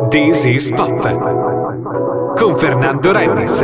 This is Pop con Fernando Rennis.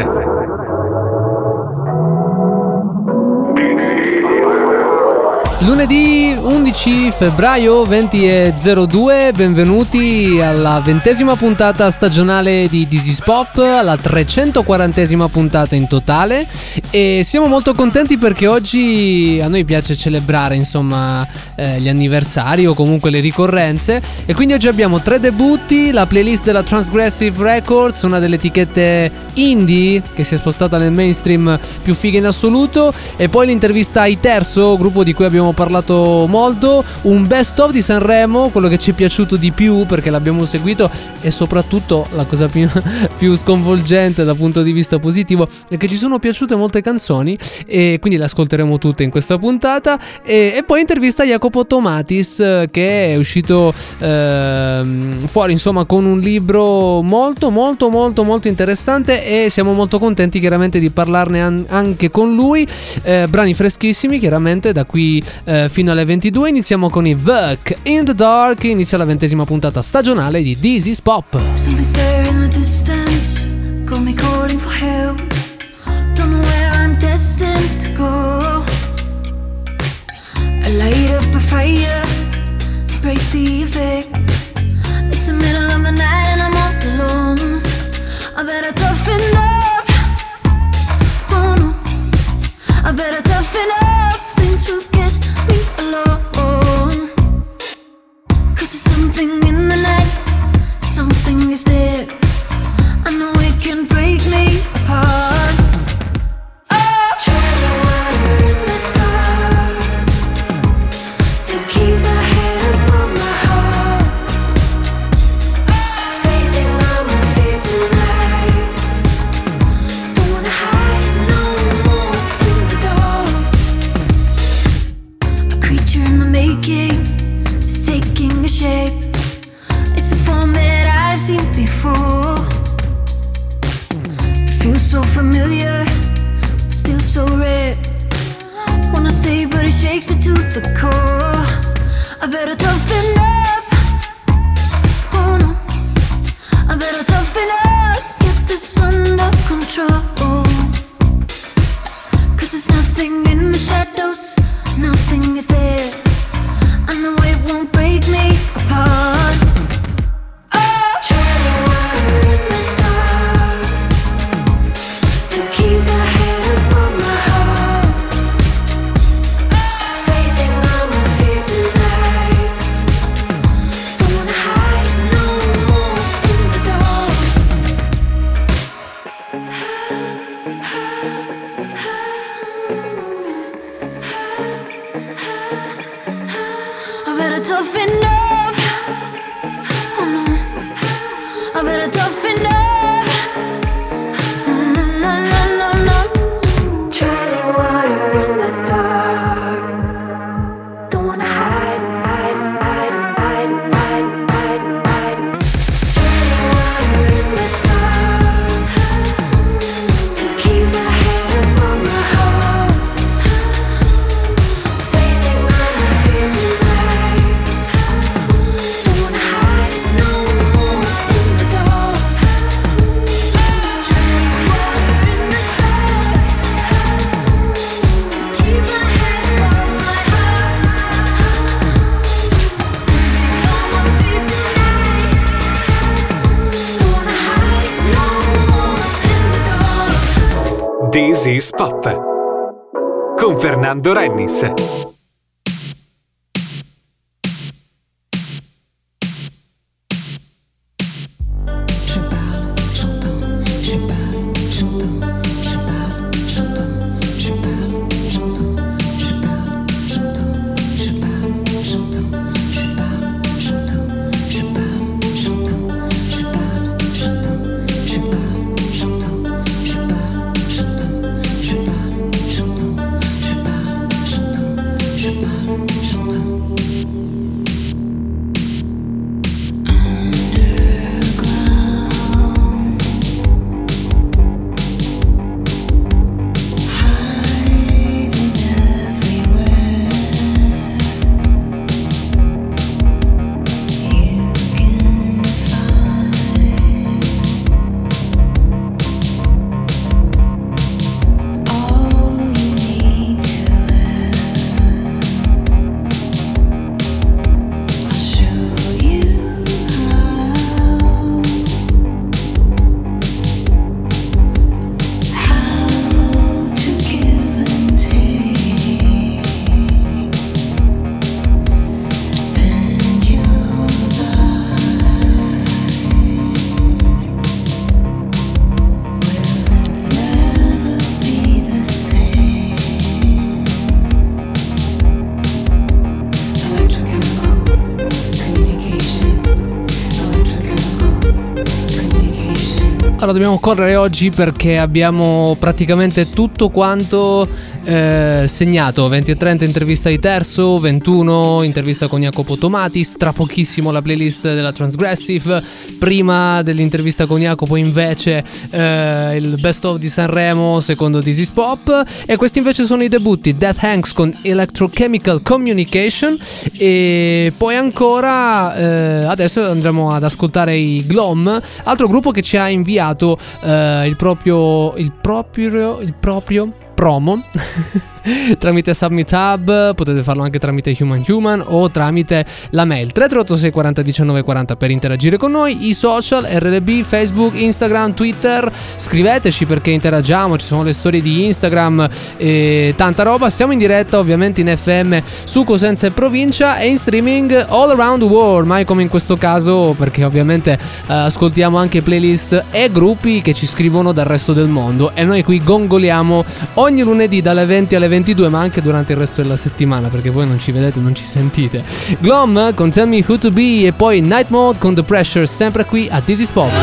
Lunedì 11 febbraio 20.02, benvenuti alla 20ª puntata stagionale di This is Pop, alla 340ª puntata in totale, e siamo molto contenti perché oggi a noi piace celebrare insomma gli anniversari o comunque le ricorrenze, e quindi oggi abbiamo 3 debutti, la playlist della Transgressive Records, una delle etichette indie che si è spostata nel mainstream più figa in assoluto, e poi l'intervista ai Terzo, gruppo di cui abbiamo parlato molto, un best of di Sanremo, quello che ci è piaciuto di più perché l'abbiamo seguito, e soprattutto la cosa più sconvolgente dal punto di vista positivo è che ci sono piaciute molte canzoni, e quindi le ascolteremo tutte in questa puntata. E poi intervista a Jacopo Tomatis, che è uscito fuori insomma con un libro molto interessante, e siamo molto contenti chiaramente di parlarne anche con lui. Brani freschissimi chiaramente da qui fino alle 22. Iniziamo con i Work in the Dark, inizia la 20ª puntata stagionale di This is Pop. Something's there in the distance, got me calling for help. Don't know where I'm destined to go. I light up a fire, embrace the effect. It's the middle of the night and I'm all alone. I better toughen up, oh no. I better toughen up, things will get me alone. 'Cause there's something in the night, something is there. I know it can break me apart. Oh, treading water in the dark to keep my head above my heart. Facing all my fear tonight. Don't wanna hide no more in the dark. A creature in the making is taking a shape. It's a form that I've seen before. It feels so familiar, but still so rare. Wanna stay, but it shakes me to the core. I better toughen up, oh no. I better toughen up, get this under control. 'Cause there's nothing in the shadows, nothing is there. I know it won't break me apart. Oh, treading water in the dark to keep my head above my heart. Facing all my fear tonight. Don't wanna hide no more in the dark. I better toughen up, oh no. I better toughen up, no, no, no, no, no. Treading water in the dark. Don't wanna hide. Treading water in the dark to keep my head above my heart. Facing all my fear tonight. Don't wanna hide no more in the dark. Treading water in the dark to keep my head above my heart. Facing all my fear tonight. Don't wanna hide no more in the dark. This is Pop con Fernando Rennis. Je parle, j'entends, je parle, j'entends, je parle, j'entends, je parle, j'entends, je parle, j'entends, je parle, j'entends, je parle, j'entends, je parle, j'entends, je parle, j'entends, je parle, j'entends, je parle, j'entends, je parle, j'entends, je parle, j'entends, Allora dobbiamo correre oggi perché abbiamo praticamente tutto quanto segnato. 20:30 intervista di Terzo, 21 intervista con Jacopo Tomatis, tra pochissimo la playlist della Transgressive. Prima dell'intervista con Jacopo invece il best of di Sanremo secondo This Is Pop, e questi invece sono i debutti: Death Hanks con Electrochemical Communication, e poi ancora adesso andremo ad ascoltare i Glom, altro gruppo che ci ha inviato il proprio promo tramite Submit Hub. Potete farlo anche tramite Human o tramite la mail 338 40 19 40 per interagire con noi. I social RDB, Facebook, Instagram, Twitter, scriveteci perché interagiamo, ci sono le storie di Instagram e tanta roba. Siamo in diretta ovviamente in FM su Cosenza e provincia e in streaming all around the world, mai come in questo caso perché ovviamente ascoltiamo anche playlist e gruppi che ci scrivono dal resto del mondo, e noi qui gongoliamo ogni lunedì dalle 20 alle 22, ma anche durante il resto della settimana perché voi non ci vedete, non ci sentite. Glom con Tell Me Who To Be e poi Night Mode con The Pressure, sempre qui a This Is Pop.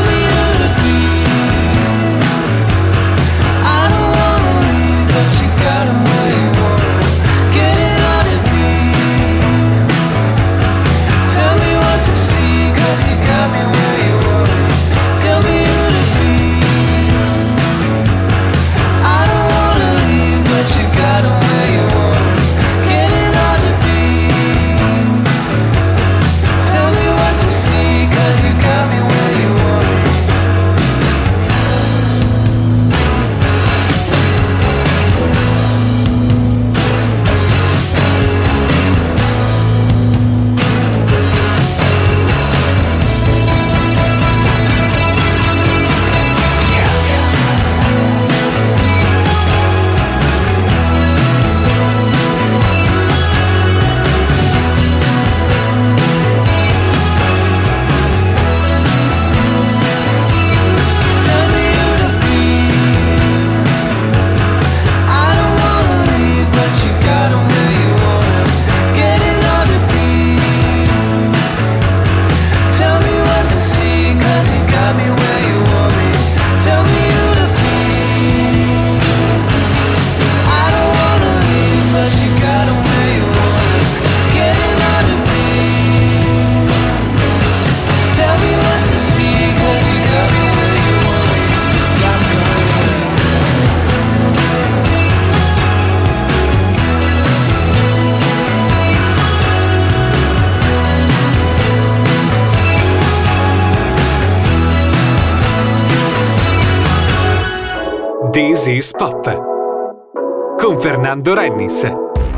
This Is Pop con Fernando Rennis.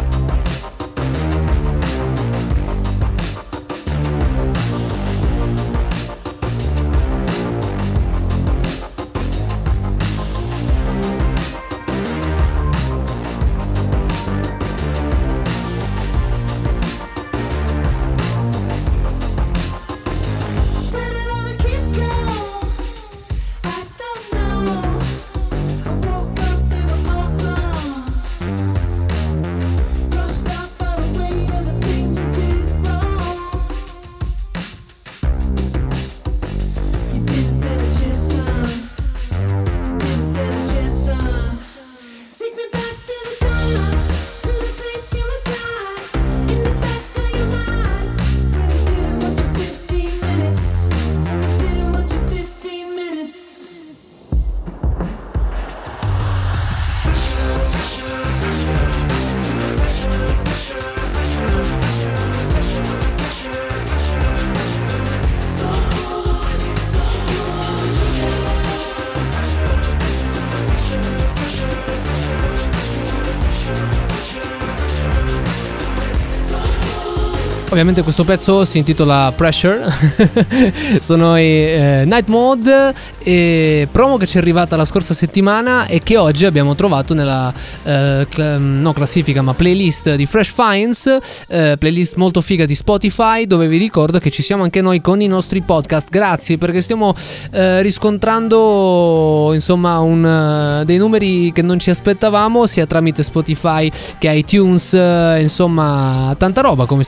Ovviamente questo pezzo si intitola Pressure. Sono i Night Mode, e promo che ci è arrivata la scorsa settimana e che oggi abbiamo trovato nella no classifica ma playlist di Fresh Finds, playlist molto figa di Spotify, dove vi ricordo che ci siamo anche noi con i nostri podcast. Grazie, perché stiamo riscontrando insomma dei numeri che non ci aspettavamo, sia tramite Spotify che iTunes, insomma tanta roba, come si dice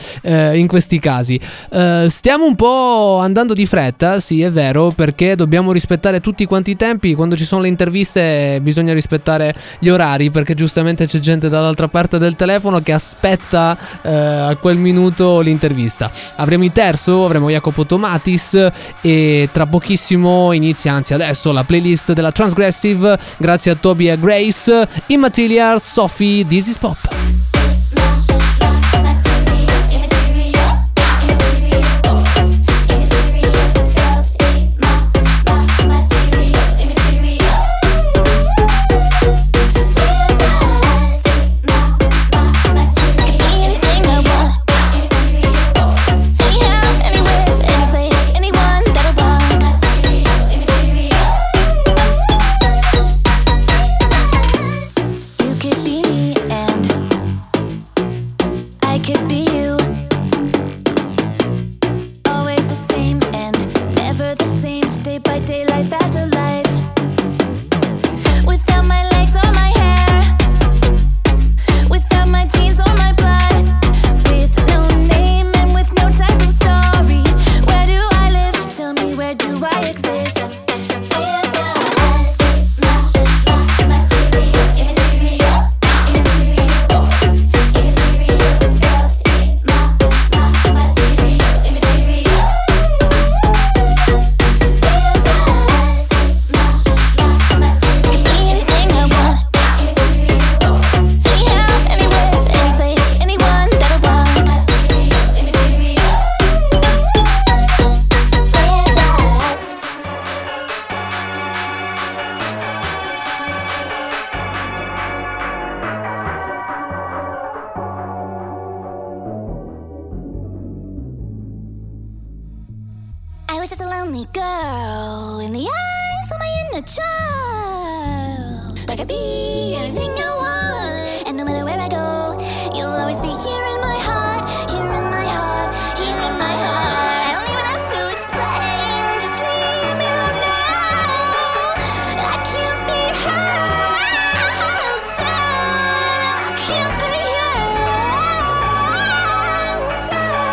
in questi casi. Stiamo un po' andando di fretta, sì è vero, perché dobbiamo rispettare tutti quanti i tempi. Quando ci sono le interviste bisogna rispettare gli orari, perché giustamente c'è gente dall'altra parte del telefono che aspetta a quel minuto l'intervista. Avremo i Terzo, avremo Jacopo Tomatis e tra pochissimo inizia, anzi adesso, la playlist della Transgressive grazie a Toby e Grace. Immaterial, Sophie, This is Pop. I was just a lonely girl in the eyes of my inner child. I could be anything I want, and no matter where I go, you'll always be here in my heart, here in my heart, here in my heart. I don't even have to explain, just leave me alone now. I can't be held down, I can't be held down.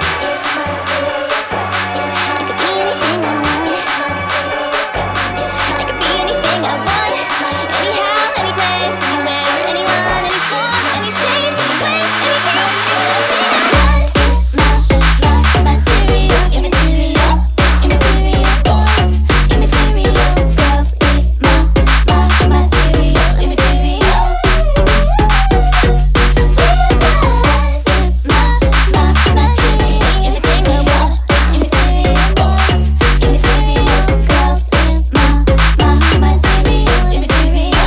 I could be anything I want. I could be anything I want. Anyhow, any place, anywhere, anyone, any form, any shape, any way, anything I want. Material, immaterial, immaterial boys, immaterial girls. Material, immaterial. Material, anything I want. Immaterial boys, immaterial girls. Material, immaterial.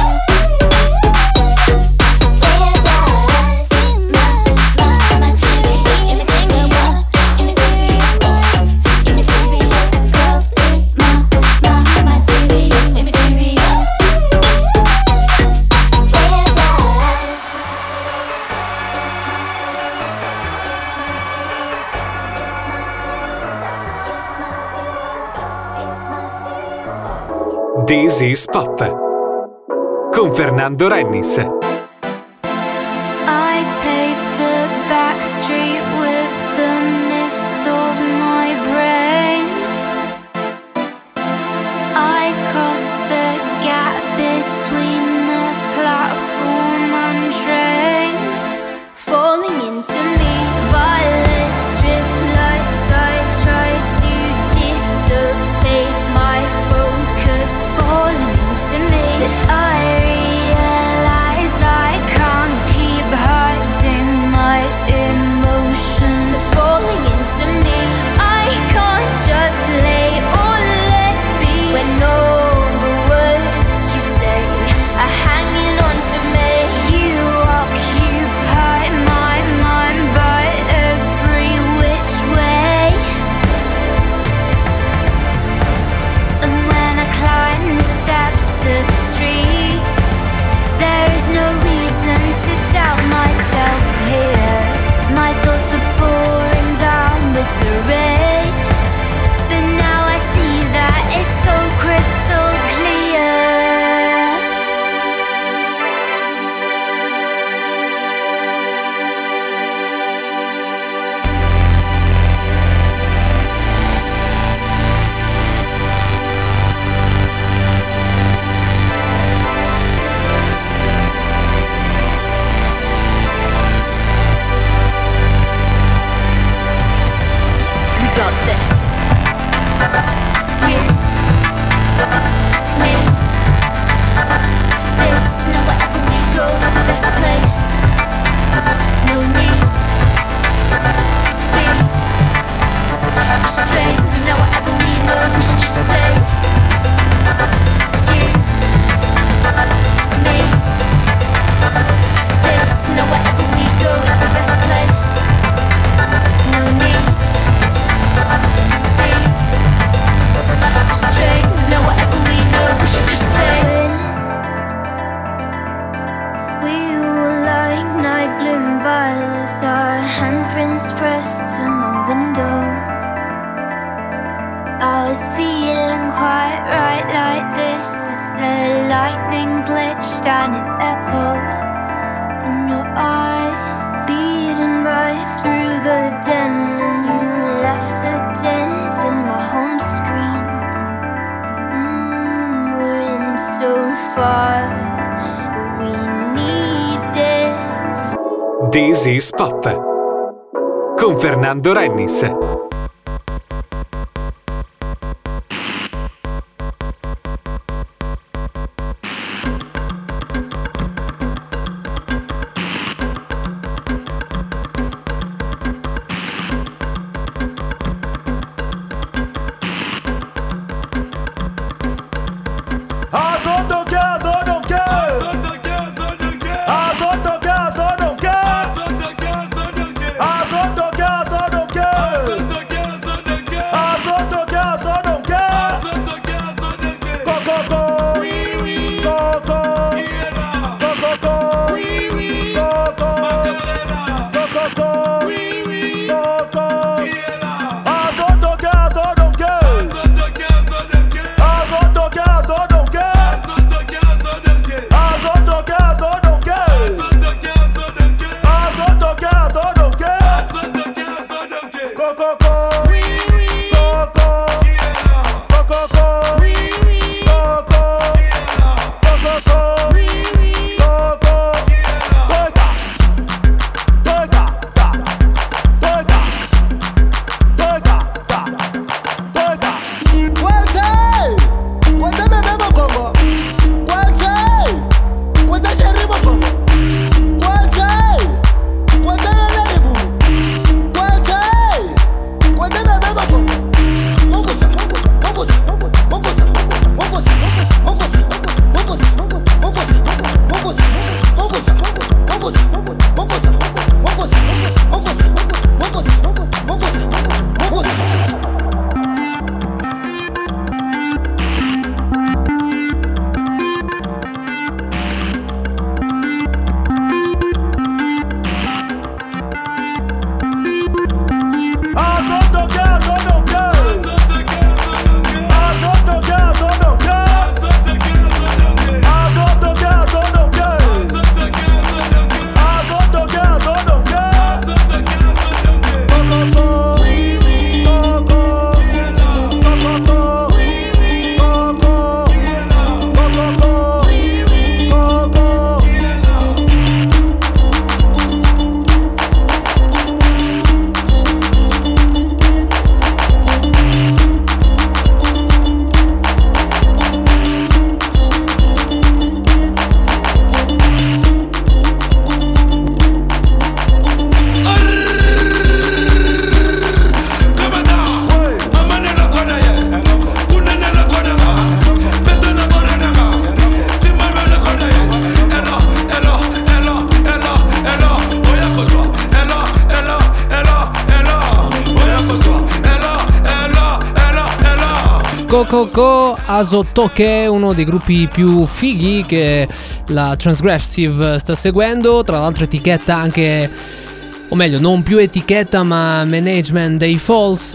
This is Pop con Fernando Rennis. I paved the back street with the mist of my brain. I crossed the gap between the platform and train. Falling into me, violet strip lights. I tried to dissipate my focus. Falling into me, I realize quite right like this. Is the lightning glitched and it echoed in your eyes, beating right through the den, and you left a dent in my home screen. We're in so far, but we need it. This is Pop con Fernando Rennis. Coco Azotoke, uno dei gruppi più fighi che la Transgressive sta seguendo, tra l'altro etichetta anche, o meglio non più etichetta ma management dei Falls,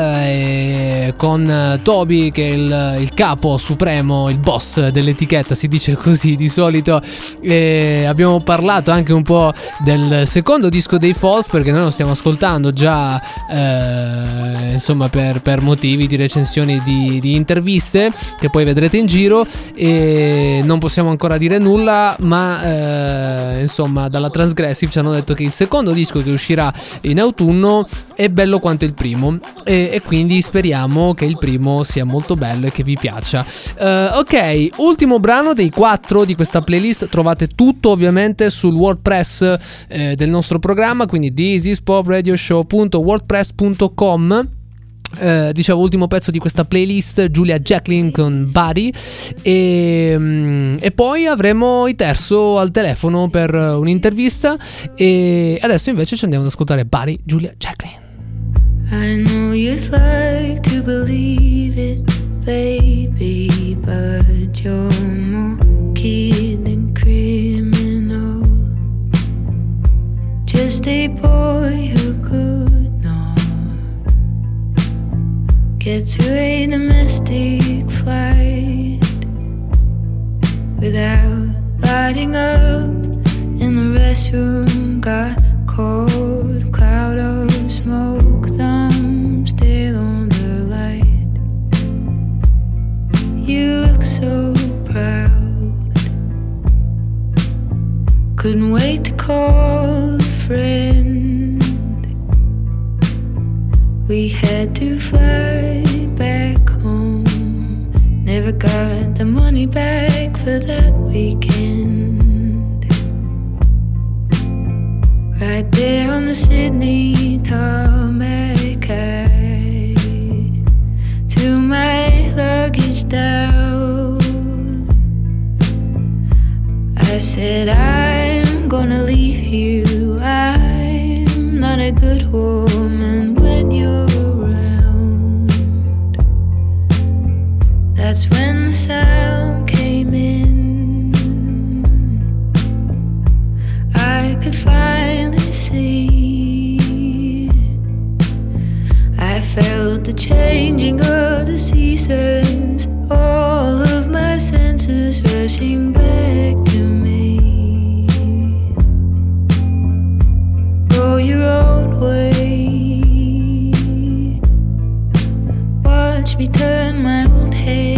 con Toby che è il capo supremo, il boss dell'etichetta, si dice così di solito. Abbiamo parlato anche un po' del secondo disco dei Falls, perché noi lo stiamo ascoltando già insomma per motivi di recensioni di interviste che poi vedrete in giro, e non possiamo ancora dire nulla, ma insomma dalla Transgressive ci hanno detto che il secondo disco che uscirà in autunno è bello quanto il primo, e quindi speriamo che il primo sia molto bello e che vi piaccia. Ok, ultimo brano dei 4 di questa playlist. Trovate tutto ovviamente sul WordPress del nostro programma, quindi thisispopradioshow.wordpress.com. Dicevo, ultimo pezzo di questa playlist, Julia Jacqueline con Body, e poi avremo il terzo al telefono per un'intervista, e adesso invece ci andiamo ad ascoltare Body, Julia Jacqueline. I know you'd like to believe it, baby, but you're more kid than criminal. Just a boy who could not get to a domestic Starting up in the restroom, got cold, cloud of smoke, thumb still on the light. You look so proud, couldn't wait to call a friend. We had to fly back home, never got the money back for that weekend. Right there on the Sydney tarmac, I threw my luggage down. I said, I'm gonna leave you, I'm not a good woman when you're around. That's when the sound came in. I could finally see. I felt the changing of the seasons, all of my senses rushing back to me. Go your own way, watch me turn my own head.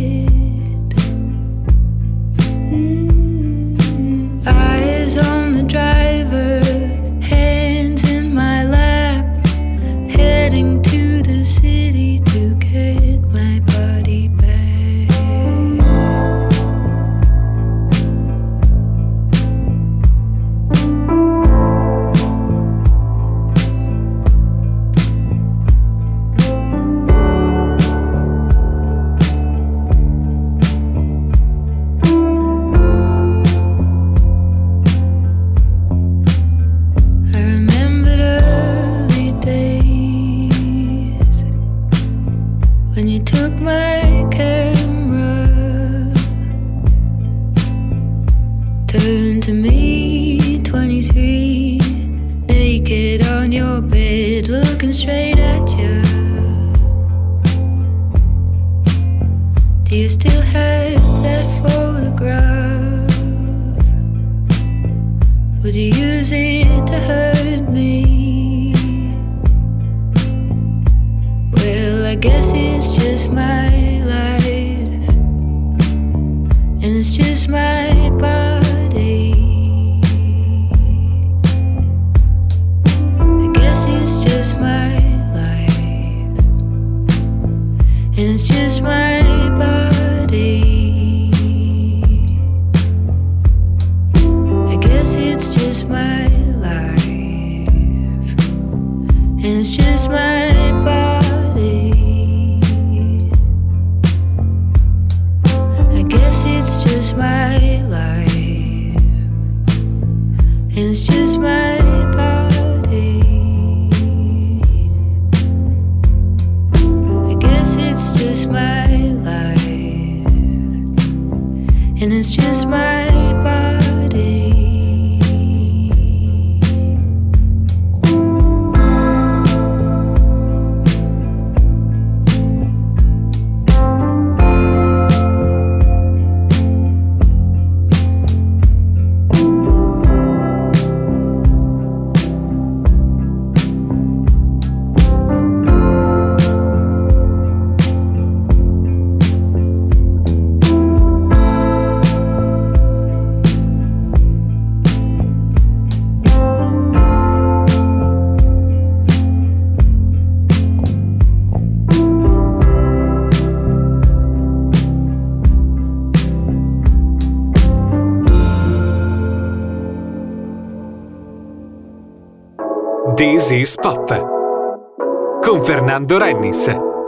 Eyes on the driver, hands in my lap, heading to the city to get my body back. I remembered early days when you took my camera, turned to me, 23, naked on your bed, looking straight at you. Do you still have that photograph? Would you use it to hurt me? Well, I guess it's just my life, and it's just my body. I guess it's just my life, and it's just my body. I guess it's just my life, and it's just my body. I guess it's just my life, and it's just my body. I guess it's just my life, and it's just my body. This is Pop con Fernando Rennis.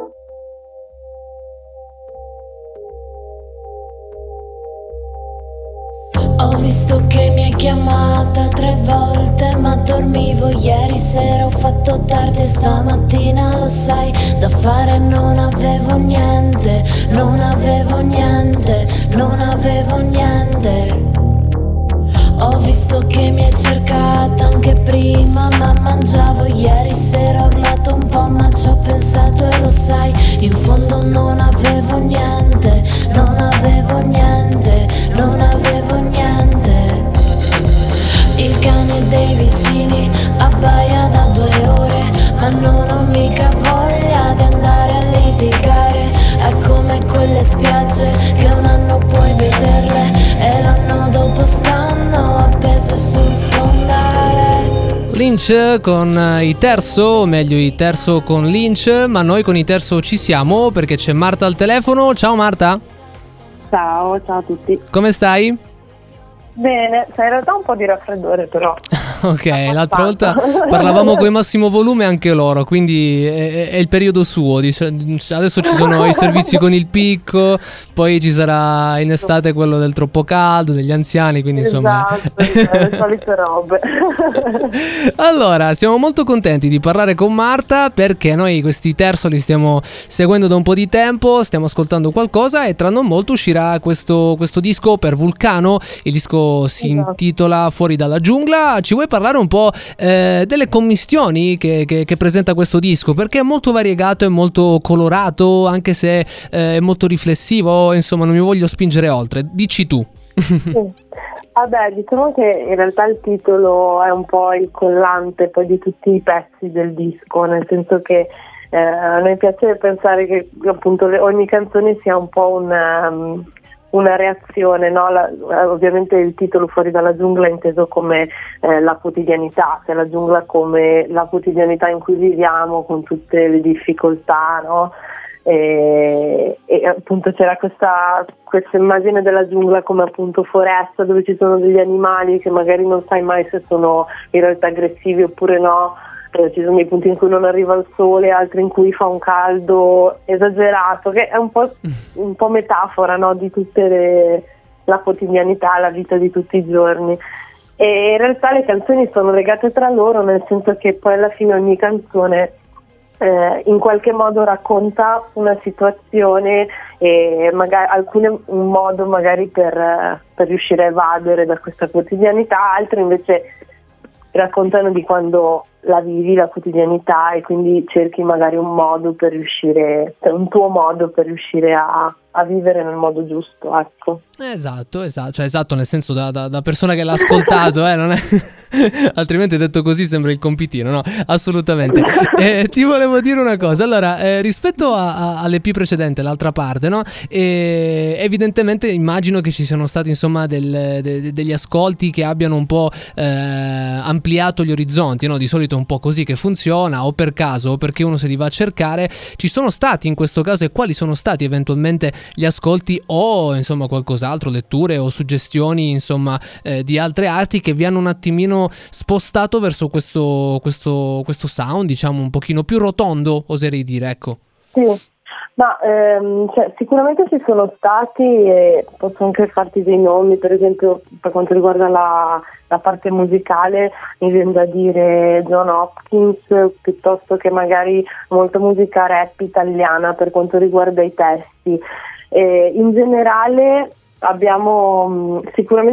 Ho visto che mi hai chiamata 3 volte, ma dormivo ieri sera, ho fatto tardi stamattina, lo sai, da fare non avevo niente, non avevo niente, non avevo niente. Ho visto che mi hai cercata anche prima, ma mangiavo ieri sera, ho urlato un po', ma ci ho pensato e lo sai, in fondo non avevo niente, non avevo niente, non avevo niente. spiagge che un anno puoi vederle e l'anno dopo stanno appese sul fondale. Lynch con i Terzo, o meglio i Terzo con Lynch, ma noi con i Terzo ci siamo perché c'è Marta al telefono. Ciao Marta. Ciao a tutti. Come stai? Bene, c'è in realtà un po' di raffreddore però. Ok, l'altra volta parlavamo con il massimo volume anche loro, quindi è il periodo suo. Adesso ci sono i servizi con il picco, poi ci sarà in estate quello del troppo caldo, degli anziani, quindi insomma... Esatto, le solite robe. Allora, siamo molto contenti di parlare con Marta perché noi questi Terzo li stiamo seguendo da un po' di tempo, stiamo ascoltando qualcosa e tra non molto uscirà questo disco per Vulcano. Il disco si intitola Fuori dalla giungla. Ci vuoi parlare un po' delle commistioni che presenta questo disco? Perché è molto variegato, è molto colorato, anche se è molto riflessivo, insomma non mi voglio spingere oltre. Dici tu. Sì. Vabbè, diciamo che in realtà il titolo è un po' il collante poi di tutti i pezzi del disco, nel senso che a me piace pensare che appunto ogni canzone sia un po' una reazione, no? Ovviamente il titolo Fuori dalla giungla è inteso come la quotidianità, cioè la giungla come la quotidianità in cui viviamo con tutte le difficoltà, no? E appunto c'era questa immagine della giungla come appunto foresta dove ci sono degli animali che magari non sai mai se sono in realtà aggressivi oppure no. Ci sono dei punti in cui non arriva il sole, altri in cui fa un caldo esagerato, che è un po' metafora, no, di tutte la quotidianità, la vita di tutti i giorni. E in realtà le canzoni sono legate tra loro, nel senso che poi alla fine ogni canzone in qualche modo racconta una situazione e magari alcune un modo magari per riuscire a evadere da questa quotidianità, altre invece raccontano di quando la vivi la quotidianità e quindi cerchi magari un modo per riuscire, un tuo modo per riuscire a vivere nel modo giusto, ecco. Esatto, cioè esatto nel senso da persona che l'ha ascoltato, non è... altrimenti detto così sembra il compitino, no? Assolutamente. Ti volevo dire una cosa, allora rispetto all'EP precedente, l'altra parte, no? Evidentemente immagino che ci siano stati insomma degli ascolti che abbiano un po' ampliato gli orizzonti, no? Di solito è un po' così che funziona, o per caso o perché uno se li va a cercare. Ci sono stati in questo caso, e quali sono stati eventualmente gli ascolti o insomma qualcos'altro, letture o suggestioni insomma di altre arti che vi hanno un attimino spostato verso questo sound, diciamo un pochino più rotondo, oserei dire, ecco. Sì, ma cioè, sicuramente ci sono stati e posso anche farti dei nomi, per esempio per quanto riguarda la parte musicale mi viene da dire John Hopkins, piuttosto che magari molta musica rap italiana per quanto riguarda i testi. In generale abbiamo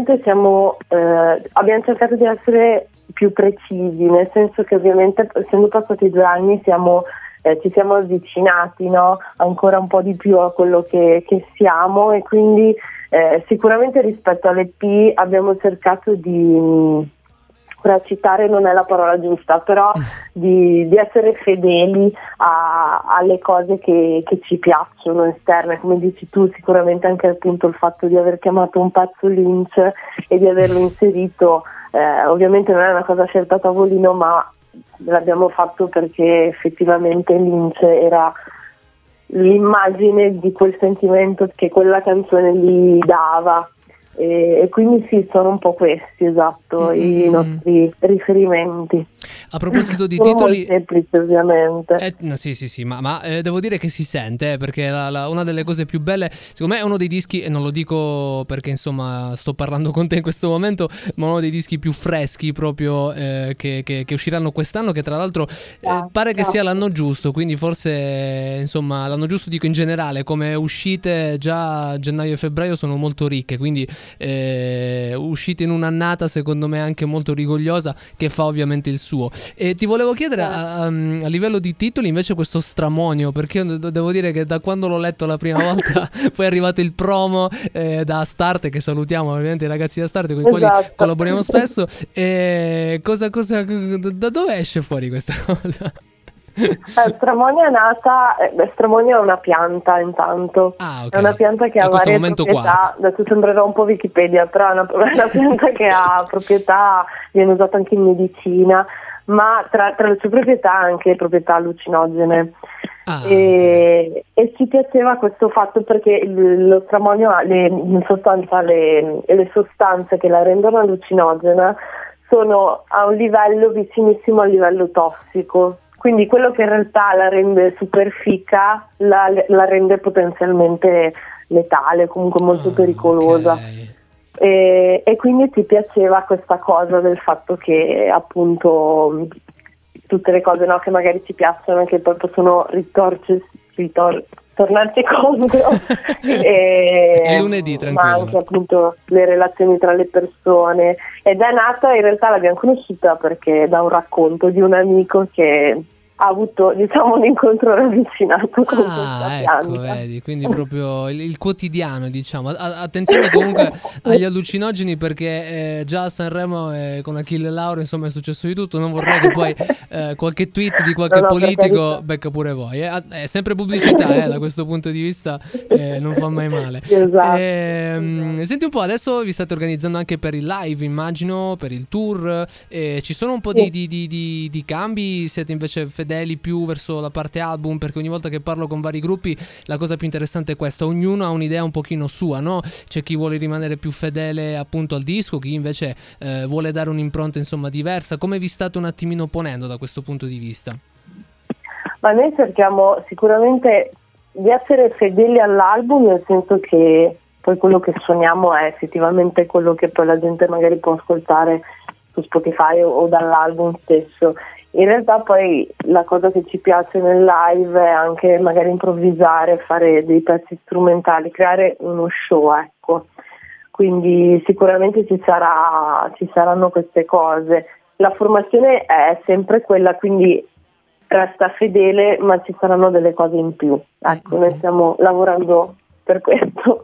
cercato di essere più precisi, nel senso che ovviamente essendo passati 2 anni ci siamo avvicinati, no? Ancora un po' di più a quello che siamo, e quindi sicuramente rispetto all'EP abbiamo cercato di, ora citare non è la parola giusta, però di essere fedeli alle cose che ci piacciono esterne, come dici tu. Sicuramente anche appunto il fatto di aver chiamato un pezzo Lynch e di averlo inserito, ovviamente non è una cosa scelta a tavolino, ma l'abbiamo fatto perché effettivamente Lynch era l'immagine di quel sentimento che quella canzone gli dava. E quindi sì, sono un po' questi, esatto, i nostri riferimenti. A proposito di sono titoli semplici, ovviamente. No, sì, ma devo dire che si sente, perché una delle cose più belle, secondo me è uno dei dischi, e non lo dico perché insomma sto parlando con te in questo momento, ma uno dei dischi più freschi proprio che usciranno quest'anno, che tra l'altro pare che sia l'anno giusto, quindi forse insomma l'anno giusto dico in generale, come uscite già gennaio e febbraio sono molto ricche, quindi uscite in un'annata secondo me anche molto rigogliosa, che fa ovviamente il suo. E ti volevo chiedere a livello di titoli invece questo stramonio, perché io devo dire che da quando l'ho letto la prima volta poi è arrivato il promo da Start, che salutiamo ovviamente i ragazzi da Start con i quali collaboriamo spesso, e da dove esce fuori questa cosa? Stramonio è nata, Stramonio è una pianta intanto, Ah, ok. è una pianta che A ha questo varie momento proprietà, quark. adesso sembrerà un po' Wikipedia, però è una pianta che ha proprietà, viene usata anche in medicina, ma tra le sue proprietà ha anche proprietà allucinogene. Ah, E ci piaceva questo fatto perché lo stramonio ha in sostanza le sostanze che la rendono allucinogena sono a un livello vicinissimo al livello tossico, quindi quello che in realtà la rende super fica la rende potenzialmente letale, comunque molto pericolosa. ok. E quindi ti piaceva questa cosa del fatto che appunto tutte le cose, no, che magari ci piacciono che poi possono tornarci contro È lunedì, ma tranquillo. anche appunto le relazioni tra le persone, ed è nata, in realtà l'abbiamo conosciuta perché da un racconto di un amico che ha avuto, diciamo, un incontro ravvicinato con questa Ecco, pianta. vedi, quindi proprio il quotidiano, diciamo. Attenzione comunque agli allucinogeni, perché già a Sanremo con Achille Lauro, insomma, è successo di tutto. Non vorrei che poi qualche tweet di qualche No, per politico carità. becca pure voi. È sempre pubblicità, da questo punto di vista non fa mai male. Esatto. Senti un po', adesso vi state organizzando anche per il live, immagino, per il tour. Ci sono un po' di cambi? Siete invece fedeli più verso la parte album? Perché ogni volta che parlo con vari gruppi la cosa più interessante è questa: ognuno ha un'idea un pochino sua, no? C'è chi vuole rimanere più fedele appunto al disco, chi invece vuole dare un'impronta insomma diversa. Come vi state un attimino ponendo da questo punto di vista? Ma noi cerchiamo sicuramente di essere fedeli all'album, nel senso che poi quello che suoniamo è effettivamente quello che poi la gente magari può ascoltare su Spotify o dall'album stesso. In realtà poi la cosa che ci piace nel live è anche magari improvvisare, fare dei pezzi strumentali, creare uno show, ecco. Quindi sicuramente ci saranno queste cose. La formazione è sempre quella, quindi resta fedele, ma ci saranno delle cose in più. Ecco, noi stiamo lavorando per questo.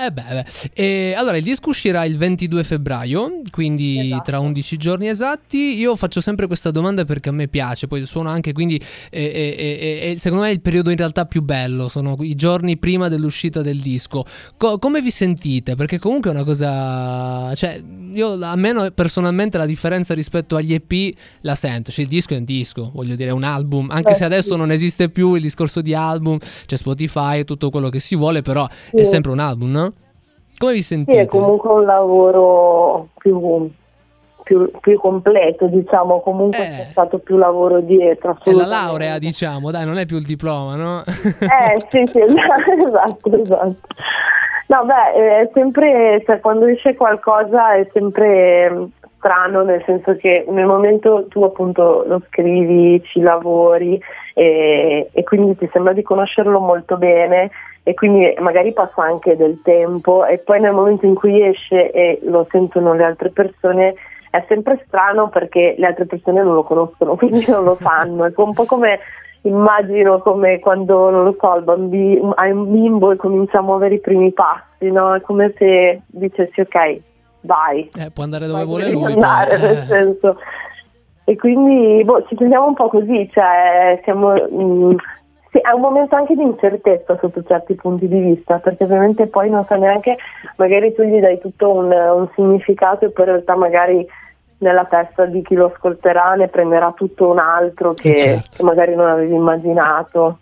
E allora il disco uscirà il 22 febbraio, quindi Esatto. tra 11 giorni esatti. Io faccio sempre questa domanda perché a me piace, poi suono anche, quindi secondo me è il periodo in realtà più bello, sono i giorni prima dell'uscita del disco. Come vi sentite? Perché comunque è una cosa, cioè a me personalmente la differenza rispetto agli EP la sento, cioè il disco è un disco, voglio dire, è un album, anche se adesso non esiste più il discorso di album, c'è Spotify e tutto quello che si vuole, però è sempre un album, no? Come vi sentite? Sì, è comunque un lavoro più completo, diciamo, comunque c'è stato più lavoro dietro. È la laurea, diciamo, dai, non è più il diploma, no? Sì, esatto. No, è sempre, cioè, quando esce qualcosa è sempre strano, nel senso che nel momento tu appunto lo scrivi, ci lavori e quindi ti sembra di conoscerlo molto bene, e quindi magari passa anche del tempo, e poi nel momento in cui esce e lo sentono le altre persone è sempre strano, perché le altre persone non lo conoscono, quindi non lo sanno. È un po' come, immagino, come quando, non lo so, hai un bimbo e comincia a muovere i primi passi, no? È come se dicessi ok, vai, può andare dove vuole devi lui, andare, nel senso. E quindi ci sentiamo un po' così, cioè siamo sì, è un momento anche di incertezza sotto certi punti di vista, perché ovviamente poi non sa neanche, magari tu gli dai tutto un significato e poi in realtà magari nella testa di chi lo ascolterà ne prenderà tutto un altro che certo. magari non avevi immaginato.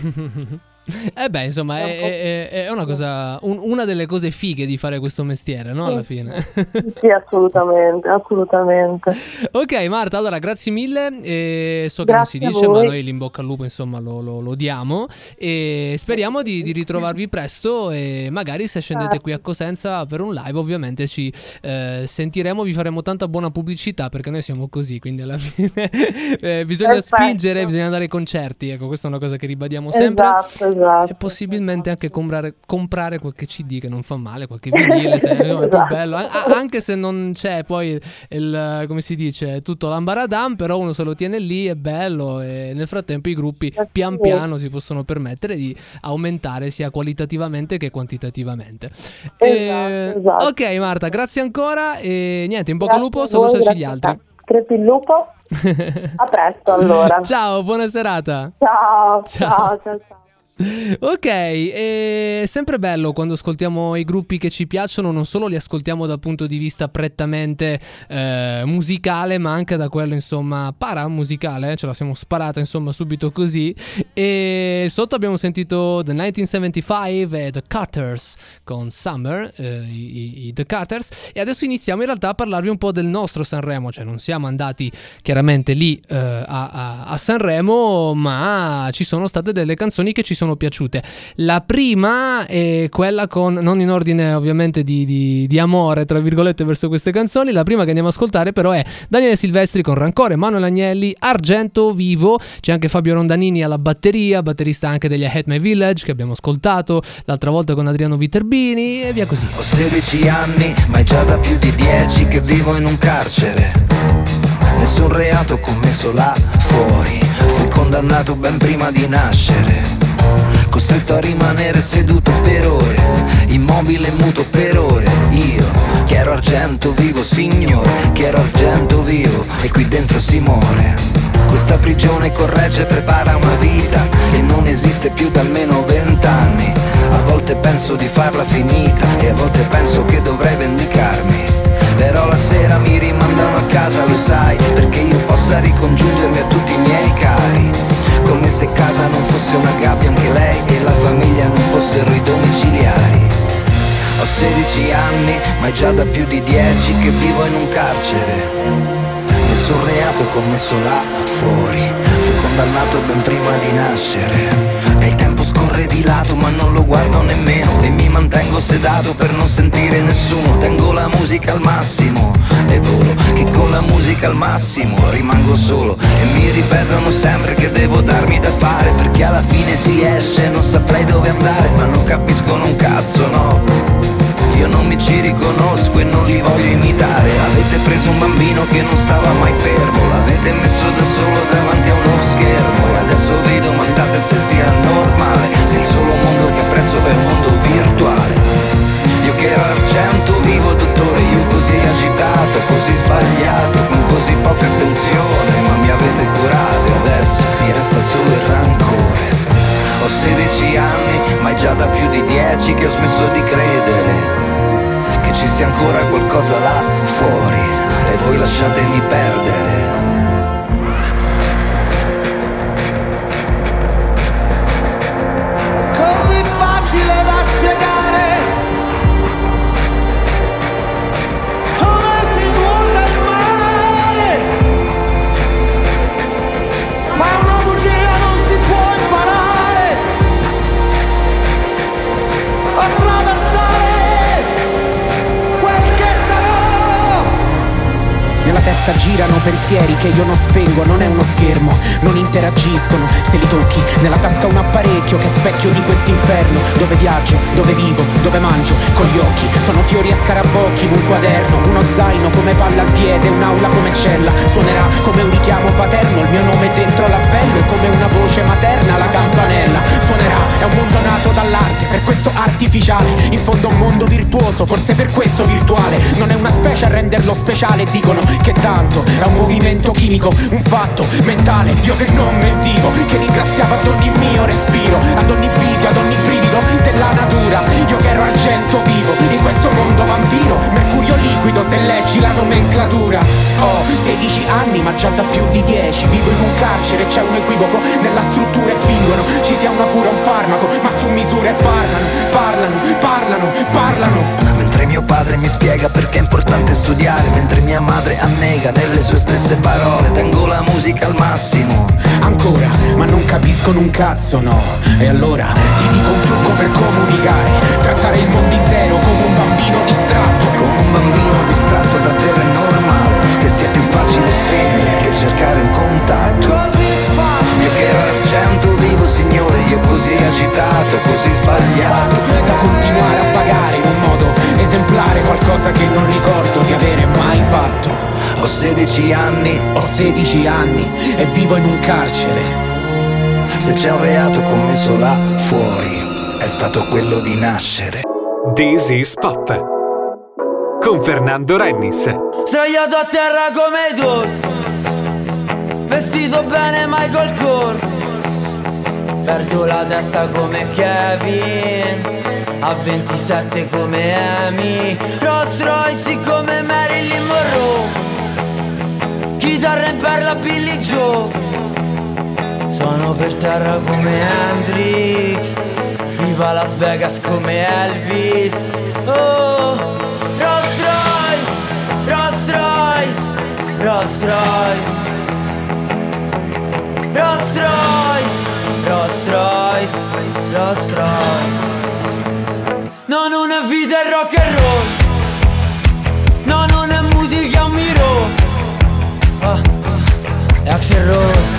Insomma, è una cosa, una delle cose fighe di fare questo mestiere, no? Alla fine. Sì, assolutamente. Ok, Marta, allora grazie mille. So che Grazie non si dice, a voi. ma noi l'in bocca al lupo, insomma, lo diamo. E speriamo di ritrovarvi presto. E magari se scendete qui a Cosenza per un live, ovviamente ci sentiremo, vi faremo tanta buona pubblicità, perché noi siamo così. Quindi alla fine bisogna Perfetto. spingere, bisogna andare ai concerti. Ecco, questa è una cosa che ribadiamo sempre. Esatto. E possibilmente anche comprare qualche CD, che non fa male, qualche vinile, se è più bello, anche se non c'è poi il come si dice, tutto l'ambaradam, però uno se lo tiene lì, è bello, e nel frattempo i gruppi pian piano si possono permettere di aumentare sia qualitativamente che quantitativamente. Esatto. Ok Marta, grazie ancora, e niente, in bocca al lupo, Grazie a voi, salutaci gli grazie a altri. te. crepi il lupo. A presto allora. Ciao, buona serata. Ciao. Ok, è sempre bello quando ascoltiamo i gruppi che ci piacciono, non solo li ascoltiamo dal punto di vista prettamente musicale, ma anche da quello insomma paramusicale, ce la siamo sparata insomma subito così. E sotto abbiamo sentito The 1975 e The Carters con Summer, i The Carters, e adesso iniziamo in realtà a parlarvi un po' del nostro Sanremo, cioè non siamo andati chiaramente lì a Sanremo, ma ci sono state delle canzoni che ci sono piaciute. La prima è quella con, non in ordine ovviamente di amore tra virgolette verso queste canzoni, la prima che andiamo a ascoltare però è Daniele Silvestri con Rancore, Manuel Agnelli, Argento Vivo. C'è anche Fabio Rondanini alla batteria, batterista anche degli I Hate My Village che abbiamo ascoltato l'altra volta con Adriano Viterbini, e via così. Ho 16 anni ma è già da più di 10 che vivo in un carcere. Nessun reato commesso là fuori, fui condannato ben prima di nascere. Costretto a rimanere seduto per ore, immobile e muto per ore. Io, che ero argento vivo, signore, che ero argento vivo, e qui dentro si muore. Questa prigione corregge e prepara una vita che non esiste più da almeno 20 anni. A volte penso di farla finita e a volte penso che dovrei vendicarmi. Però la sera mi rimandano a casa, lo sai, perché io possa ricongiungermi a tutti i miei cari. Come se casa non fosse una gabbia anche lei e la famiglia non fossero i domiciliari. Ho 16 anni ma è già da più di 10 che vivo in un carcere. Nessun reato commesso là fuori, fui condannato ben prima di nascere. E il tempo scorre di lato ma non lo guardo nemmeno, e mi mantengo sedato per non sentire nessuno. Tengo la musica al massimo e volo, che con la musica al massimo rimango solo. E mi ripetono sempre che devo darmi da fare, perché alla fine si esce, non saprei dove andare, ma non capiscono un cazzo, no. Io non mi ci riconosco e non li voglio imitare. Avete preso un bambino che non stava mai fermo, l'avete messo da solo davanti a uno schermo, e adesso vi domandate se sia normale, se il solo mondo che apprezzo è il mondo virtuale. Io che ero argento vivo, dottore, io così agitato, così sbagliato, con così poca attenzione, ma mi avete curato e adesso mi resta solo il rancore. Ho 16 anni ma è già da più di 10 che ho smesso di credere che ci sia ancora qualcosa là fuori, e voi lasciatemi perdere. Così facile da spiegare, come si nuota il mare, ma una bugia non si può imparare, attraversare quel che sarà. Nella testa girano pensieri che io non spengo, non è uno schermo, non interagiscono, se li tocchi. Nella tasca un apparecchio che è specchio di quest'inferno, dove viaggio, dove vivo, dove mangio, con gli occhi. Sono fiori e scarabocchi in un quaderno, uno zaino come palla al piede, un'aula come cella. Suonerà come un richiamo paterno, il mio nome dentro l'appello, come una voce materna la campanella. Suonerà, è un mondo nato dall'arte, per questo artificiale, in fondo un mondo virtuoso, forse per questo virtuale. Non è una specie a renderlo speciale, dicono che tanto è un movimento chimico, un fatto mentale. Io che non mentivo, che ringraziavo ad ogni mio respiro, ad ogni bivio, ad ogni brivido della natura. Io che ero argento vivo in questo mondo vampiro, mercurio liquido se leggi la nomenclatura. Ho 16 anni ma già da più di 10 vivo in un carcere, c'è un equivoco nella struttura e fingono ci sia una cura, un farmaco, ma su misura, e parlano. Mentre mio padre mi spiega perché è importante studiare, mentre mia madre annega nelle sue stesse parole, tengo la musica al massimo. Ancora, ma non capiscono un cazzo, no. E allora ti dico un trucco per comunicare, trattare il mondo intero come un bambino distratto. Con un bambino distratto davvero è normale che sia più facile scrivere che cercare un contatto. Io che ero argento vivo, signore, io così agitato, così sbagliato, da continuare a pagare in un modo esemplare qualcosa che non ricordo di avere mai fatto. Ho 16 anni, ho 16 anni e vivo in un carcere. Se c'è un reato commesso là fuori, è stato quello di nascere. This is Pop. con Fernando Rennis. Sdraiato a terra come Dolph, vestito bene Michael Kors. Perdo la testa come Kevin, a 27 come Amy, Rolls Royce come Marilyn Monroe, chitarra in perla Billy Joe. Sono per terra come Hendrix, viva Las Vegas come Elvis. Oh, Rolls Royce, Rolls Royce, Rolls Royce, Rolls Royce, Rolls Royce, Rolls Royce. No, non è vita, è rock and roll. No, non è musica, un miro. È Axl Rose,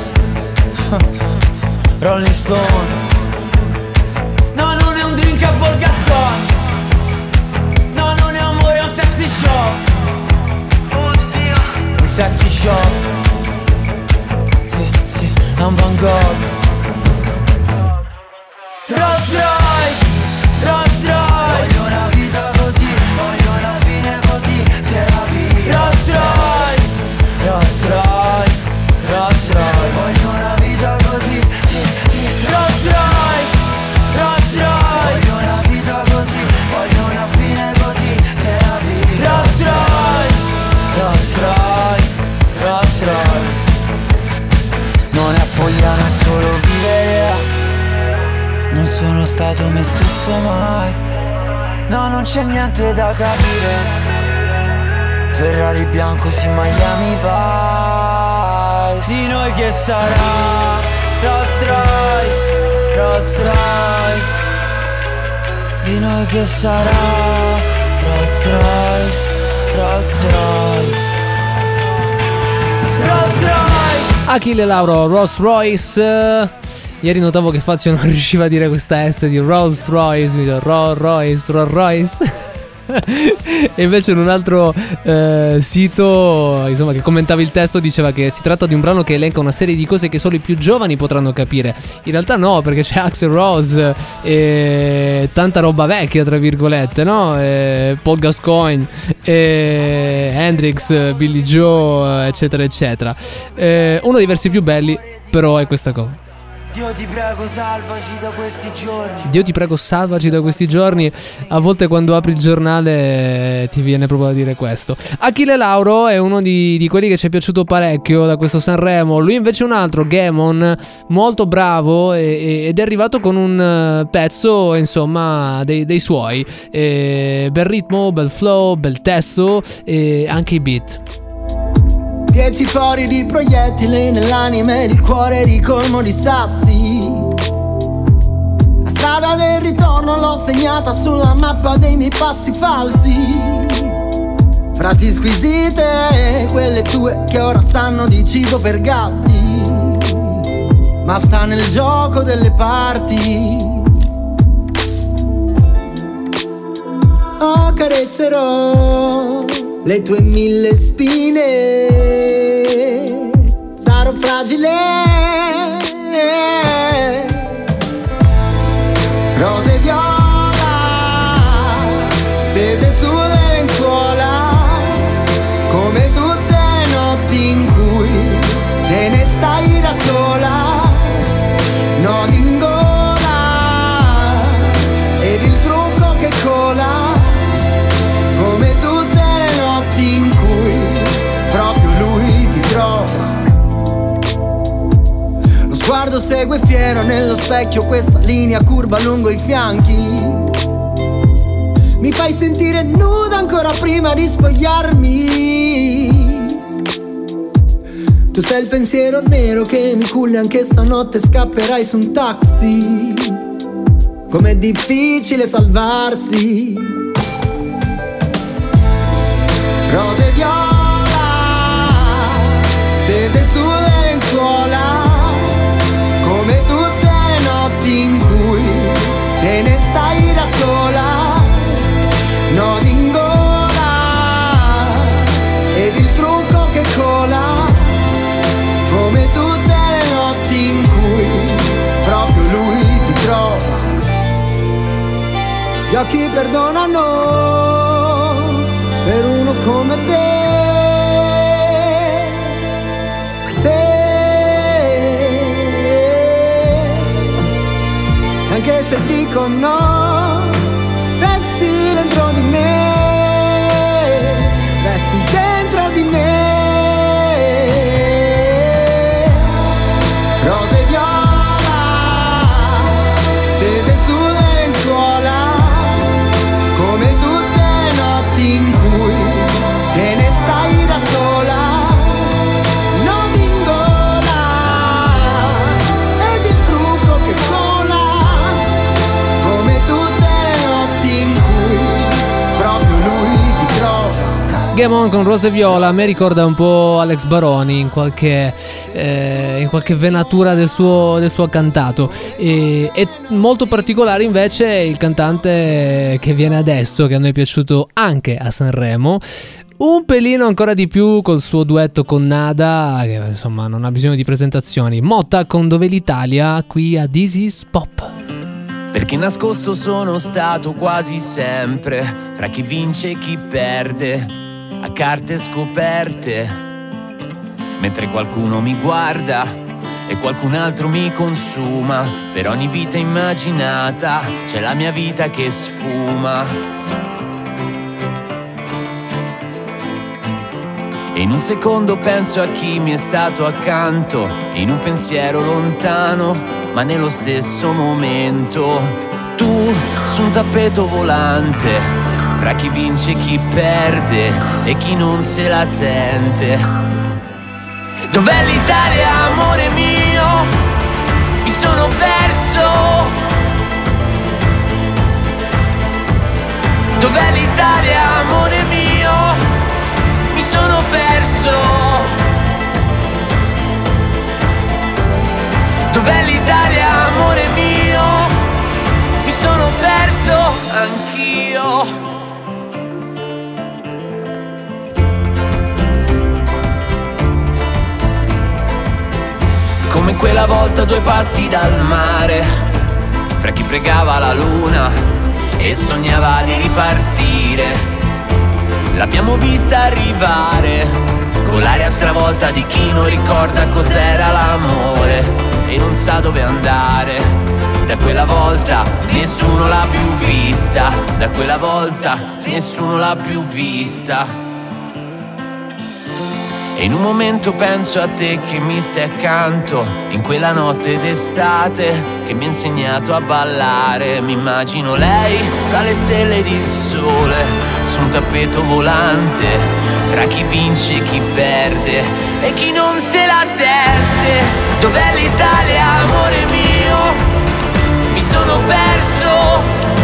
Rolling Stone. No, non è un drink a Volgascon. No, non è amore, è un sexy shop. Oddio, un sexy shop. Sì, sì, è un Van Gogh. Rolls Royce, Rolls Royce. Voglio una vita così, voglio una fine così, se la vivo. Rolls Royce, Rolls Royce, Rolls Royce. Voglio una vita così, sì, sì. Rolls Royce, Rolls Royce. Voglio una vita così, voglio una fine così, se la vivo. Rolls Royce, Rolls Royce, Rolls Royce. Non è Fogliano, è solo vivere. Non sono stato me stesso mai. No, non c'è niente da capire. Ferrari bianco, sì, Miami Vice. Di noi che sarà Rolls Royce, Rolls Royce. Di noi che sarà Rolls Royce, Rolls Royce, Rolls Royce. Achille Lauro, Rolls Royce. Ieri notavo che Fazio non riusciva a dire questa S di Rolls Royce, mi dico Rolls Royce, Rolls Royce. E invece in un altro sito, insomma, che commentava il testo, diceva che si tratta di un brano che elenca una serie di cose che solo i più giovani potranno capire. In realtà no, perché c'è Axl Rose e tanta roba vecchia, tra virgolette, no? Paul Gascoigne, Hendrix, Billy Joe, eccetera eccetera. Uno dei versi più belli però è questa cosa: Dio ti prego salvaci da questi giorni. Dio ti prego salvaci da questi giorni. A volte quando apri il giornale ti viene proprio da dire questo. Achille Lauro è uno di quelli che ci è piaciuto parecchio da questo Sanremo. Lui invece è un altro, Gamon, molto bravo ed è arrivato con un pezzo, insomma, dei suoi. Bel ritmo, bel flow, bel testo e anche i beat. 10 fori di proiettili nell'anima ed il cuore ricolmo di sassi. La strada del ritorno l'ho segnata sulla mappa dei miei passi falsi. Frasi squisite, quelle tue che ora sanno di cibo per gatti. Ma sta nel gioco delle parti. Oh, carezzerò le tue 1000 spine. Sarò fragile. Rose viola stese sulle lenzuola, come tutte le notti in cui te ne stai da sola. Nodi in gola ed il trucco che cola, come tutte le notti in cui proprio lui ti trova. Lo sguardo segue fiero nello specchio questa linea curva lungo i fianchi. Mi fai sentire nuda ancora prima di spogliarmi. Tu sei il pensiero nero che mi culla, anche stanotte scapperai su un taxi. Com'è difficile salvarsi. Rose viola stese sulle lenzuola, come tutte le notti in cui te ne stai da sola. Nodi in gola ed il trucco che cola, come tutte le notti in cui proprio lui ti trova. Gli occhi perdonano come te. Anche se dico no, resti dentro di me, resti dentro di me. Rose viola, stese sulle lenzuola, come tutte le notti in cui te ne stai da sola. Non in gola, ed il trucco che cola, come tutte le notti in cui proprio lui ti trova. Game On con Rose Viola mi ricorda un po' Alex Baroni in qualche venatura del suo cantato. È molto particolare invece il cantante che viene adesso, che a noi è piaciuto anche a Sanremo, un pelino ancora di più col suo duetto con Nada, che insomma non ha bisogno di presentazioni. Motta con Dov'è l'Italia, qui a This Is Pop. Perché nascosto sono stato quasi sempre fra chi vince e chi perde, a carte scoperte, mentre qualcuno mi guarda e qualcun altro mi consuma. Per ogni vita immaginata c'è la mia vita che sfuma. E in un secondo penso a chi mi è stato accanto, in un pensiero lontano, ma nello stesso momento. Tu su un tappeto volante, fra chi vince e chi perde e chi non se la sente. Dov'è l'Italia, amore mio? Mi sono perso. Dov'è l'Italia, amore mio? Mi sono perso. Dov'è l'Italia, amore mio? Mi sono perso anch'io. Come quella volta 2 passi dal mare, fra chi pregava la luna e sognava di ripartire. L'abbiamo vista arrivare, con l'aria stravolta di chi non ricorda cos'era l'amore e non sa dove andare. Da quella volta nessuno l'ha più vista, da quella volta nessuno l'ha più vista. E in un momento penso a te che mi stai accanto, in quella notte d'estate che mi ha insegnato a ballare. Mi immagino lei tra le stelle ed il sole, su un tappeto volante, fra chi vince e chi perde e chi non se la sente. Dov'è l'Italia, amore mio? Mi sono perso.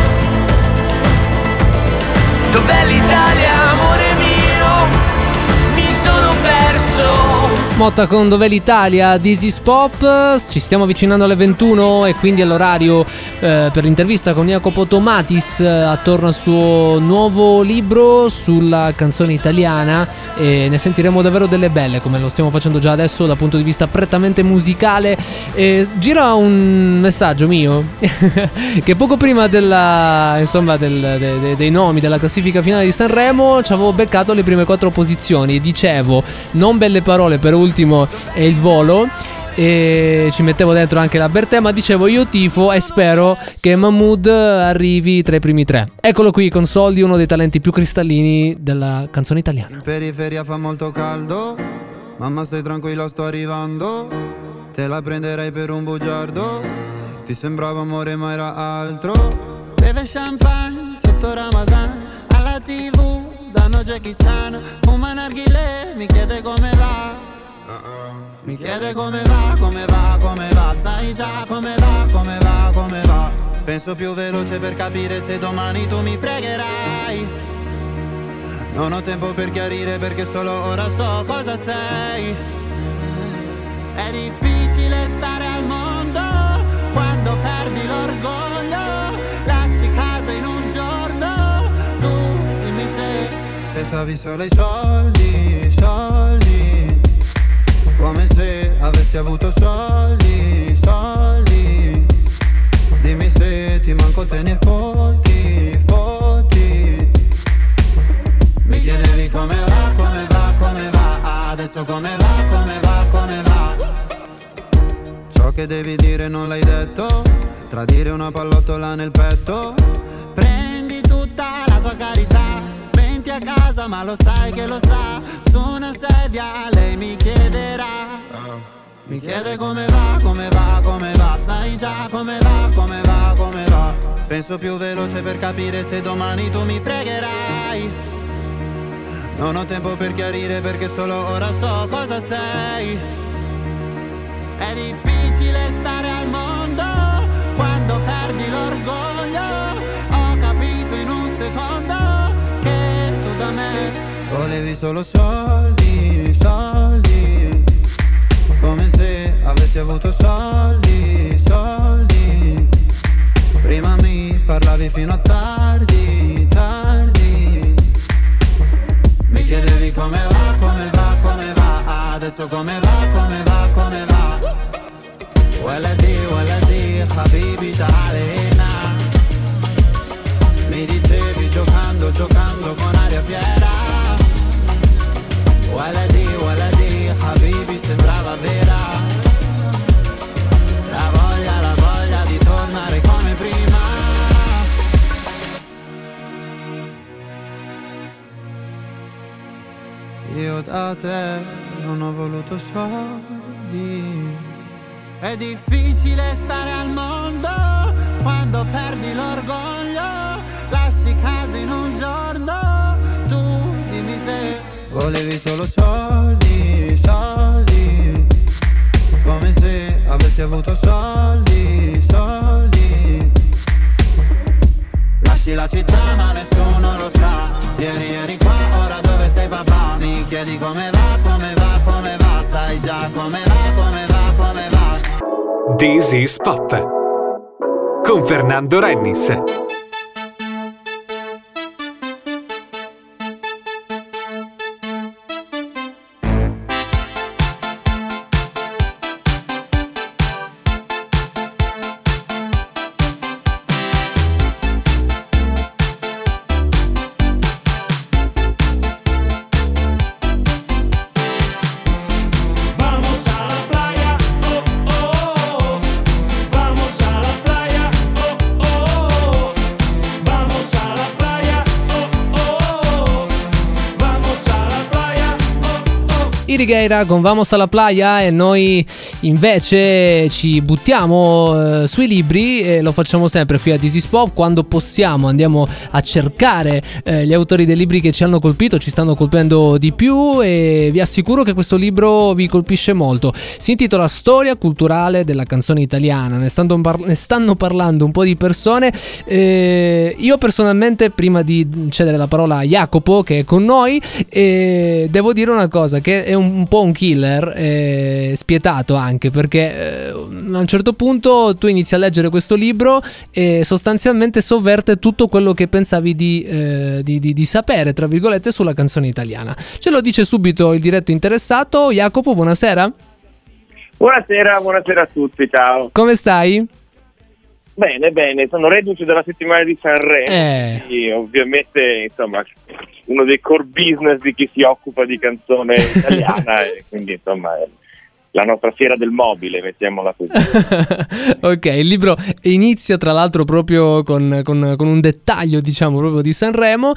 Dov'è l'Italia, amore mio? Mi sono perso. Motta con Dov'è l'Italia, This Is Pop. Ci stiamo avvicinando alle 21 e quindi all'orario per l'intervista con Jacopo Tomatis attorno al suo nuovo libro sulla canzone italiana, e ne sentiremo davvero delle belle, come lo stiamo facendo già adesso dal punto di vista prettamente musicale. Gira un messaggio mio che poco prima della, insomma, dei nomi della classifica finale di Sanremo ci avevo beccato le prime 4 posizioni. Dicevo non belle parole, per ultimo è il volo, e ci mettevo dentro anche la Bertè, ma dicevo io tifo e spero che Mahmood arrivi tra i primi 3. Eccolo qui con Soldi, uno dei talenti più cristallini della canzone italiana. In periferia fa molto caldo, mamma stai tranquilla, sto arrivando. Te la prenderei per un bugiardo, ti sembrava amore ma era altro. Beve champagne sotto Ramadan, alla TV danno Jackie Chan, fuma narghilè, mi chiede come va. Mi chiede come va, come va, come va. Sai già come va, come va, come va. Penso più veloce per capire se domani tu mi fregherai. Non ho tempo per chiarire perché solo ora so cosa sei. È difficile stare al mondo quando perdi l'orgoglio. Lasci casa in un giorno, tu dimmi se pensavi solo ai soldi, soldi, come se avessi avuto soldi, soldi. Dimmi se ti manco te ne fotti, fotti. Mi chiedevi come tradire una pallottola nel petto. Prendi tutta la tua carità, venti a casa ma lo sai che lo sa. Su una sedia lei mi chiederà, mi chiede come va, come va, come va. Sai già come va, come va, come va. Penso più veloce per capire se domani tu mi fregherai. Non ho tempo per chiarire perché solo ora so cosa sei. È difficile stare al mondo quando perdi l'orgoglio. Ho capito in un secondo che tu da me volevi solo soldi, soldi. Come se avessi avuto soldi, soldi. Prima mi parlavi fino a tardi, tardi. Mi chiedevi come va, come va, come va. Adesso come va, come va, come va. ولدي حبيبي تعالى هنا. Mi dicevi giocando, giocando con aria fiera. ولدي حبيبي sembrava vera. La voglia di tornare come prima. Io da te non ho voluto soldi. È difficile stare al mondo quando perdi l'orgoglio. Lasci casa in un giorno. Tu dimmi se volevi solo soldi, soldi. Come se avessi avuto soldi, soldi. Lasci la città ma nessuno lo sa. Ieri qua, ora dove sei papà? Mi chiedi come va, come va, come va. Sai già come va, come va, come va. This is Pop con Fernando Rennis. Irigheira con Vamos alla Playa, e noi invece ci buttiamo sui libri, e lo facciamo sempre qui a This is Pop. Quando possiamo andiamo a cercare gli autori dei libri che ci hanno colpito, ci stanno colpendo di più, e vi assicuro che questo libro vi colpisce molto. Si intitola Storia culturale della canzone italiana. Ne stanno parlando un po' di persone. Io personalmente, prima di cedere la parola a Jacopo che è con noi, devo dire una cosa, che è un po' un killer, spietato anche, perché a un certo punto tu inizi a leggere questo libro e sostanzialmente sovverte tutto quello che pensavi di sapere, tra virgolette, sulla canzone italiana. Ce lo dice subito il diretto interessato. Jacopo, buonasera. Buonasera a tutti, ciao. Come stai? Bene, sono reduce dalla settimana di Sanremo, quindi ovviamente insomma uno dei core business di chi si occupa di canzone italiana e quindi insomma è la nostra fiera del mobile, mettiamola così. Ok, il libro inizia tra l'altro proprio con un dettaglio, diciamo, proprio di Sanremo,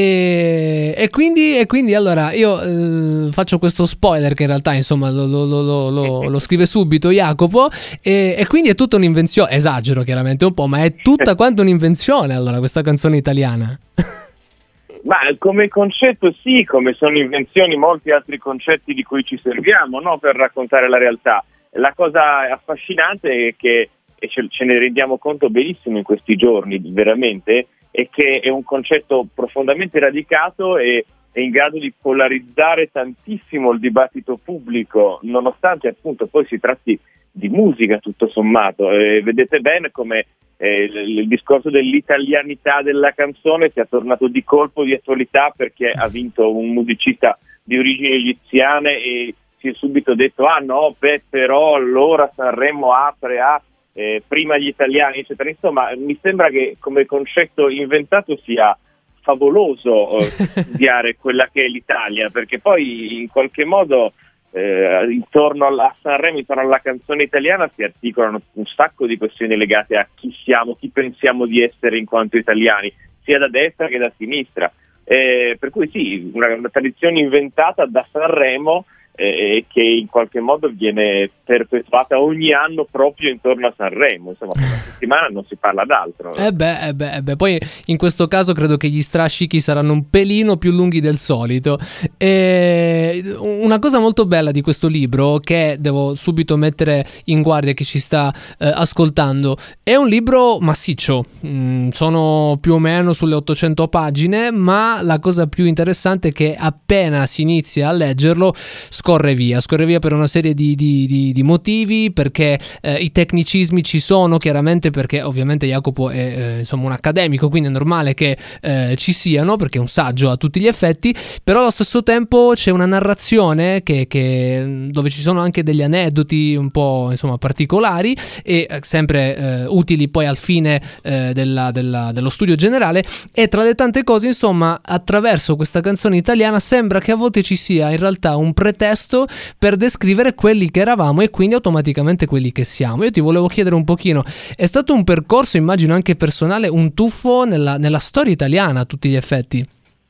e quindi allora io faccio questo spoiler che in realtà insomma lo scrive subito Jacopo, e quindi è tutta un'invenzione, esagero chiaramente un po', ma è tutta quanto un'invenzione allora questa canzone italiana. Ma come concetto sì, come sono invenzioni molti altri concetti di cui ci serviamo, no, per raccontare la realtà. La cosa affascinante è che, e ce ne rendiamo conto benissimo in questi giorni, veramente, è che è un concetto profondamente radicato e è in grado di polarizzare tantissimo il dibattito pubblico, nonostante appunto poi si tratti di musica tutto sommato. Vedete bene come il discorso dell'italianità della canzone sia tornato di colpo di attualità, perché ha vinto un musicista di origini egiziane e si è subito detto però allora Sanremo apre a prima gli italiani, eccetera. Insomma, mi sembra che come concetto inventato sia favoloso studiare quella che è l'Italia, perché poi in qualche modo intorno a Sanremo, intorno alla canzone italiana si articolano un sacco di questioni legate a chi siamo, chi pensiamo di essere in quanto italiani, sia da destra che da sinistra. Per cui sì, una tradizione inventata da Sanremo che in qualche modo viene perpetuata ogni anno proprio intorno a Sanremo. Insomma, per una settimana non si parla d'altro. Poi in questo caso credo che gli strascichi saranno un pelino più lunghi del solito. Una cosa molto bella di questo libro, che devo subito mettere in guardia chi ci sta ascoltando, è un libro massiccio, sono più o meno sulle 800 pagine, ma la cosa più interessante è che appena si inizia a leggerlo scorre via per una serie di motivi, perché i tecnicismi ci sono, chiaramente, perché ovviamente Jacopo è insomma un accademico, quindi è normale che ci siano, perché è un saggio a tutti gli effetti, però allo stesso tempo c'è una narrazione dove ci sono anche degli aneddoti un po' insomma particolari e sempre utili poi al fine dello studio generale, e tra le tante cose insomma attraverso questa canzone italiana sembra che a volte ci sia in realtà un pretesto per descrivere quelli che eravamo e quindi automaticamente quelli che siamo. Io ti volevo chiedere un pochino, è stato un percorso, immagino anche personale, un tuffo nella storia italiana a tutti gli effetti?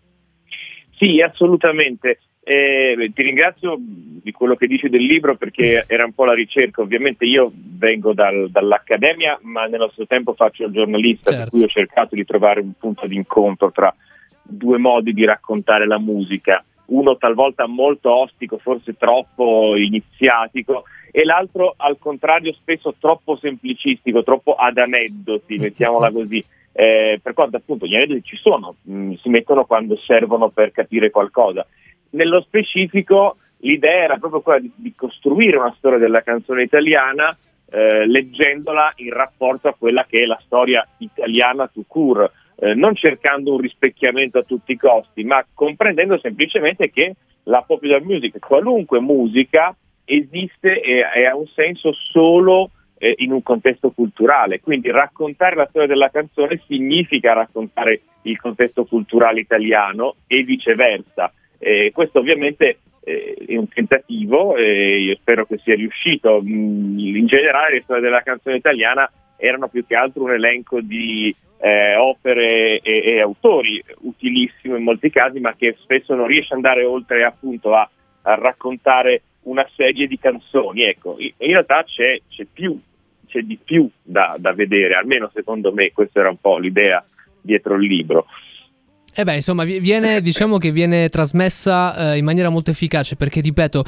Sì, assolutamente. Ti ringrazio di quello che dici del libro, perché era un po' la ricerca. Ovviamente io vengo dall'accademia, ma nello stesso tempo faccio il giornalista, certo. Per cui ho cercato di trovare un punto di incontro tra due modi di raccontare la musica, uno talvolta molto ostico, forse troppo iniziatico, e l'altro al contrario spesso troppo semplicistico, troppo ad aneddoti, mettiamola così, per quanto appunto gli aneddoti ci sono, si mettono quando servono per capire qualcosa. Nello specifico l'idea era proprio quella di costruire una storia della canzone italiana, leggendola in rapporto a quella che è la storia italiana tout court, non cercando un rispecchiamento a tutti i costi, ma comprendendo semplicemente che la popular music, qualunque musica, esiste e ha un senso solo in un contesto culturale. Quindi raccontare la storia della canzone significa raccontare il contesto culturale italiano e viceversa. Questo ovviamente è un tentativo, io spero che sia riuscito. In generale le storie della canzone italiana erano più che altro un elenco di opere e autori, utilissimo in molti casi, ma che spesso non riesce ad andare oltre appunto a raccontare una serie di canzoni. Ecco, in realtà c'è di più da vedere, almeno secondo me questa era un po' l'idea dietro il libro. Insomma, diciamo che viene trasmessa in maniera molto efficace, perché ripeto,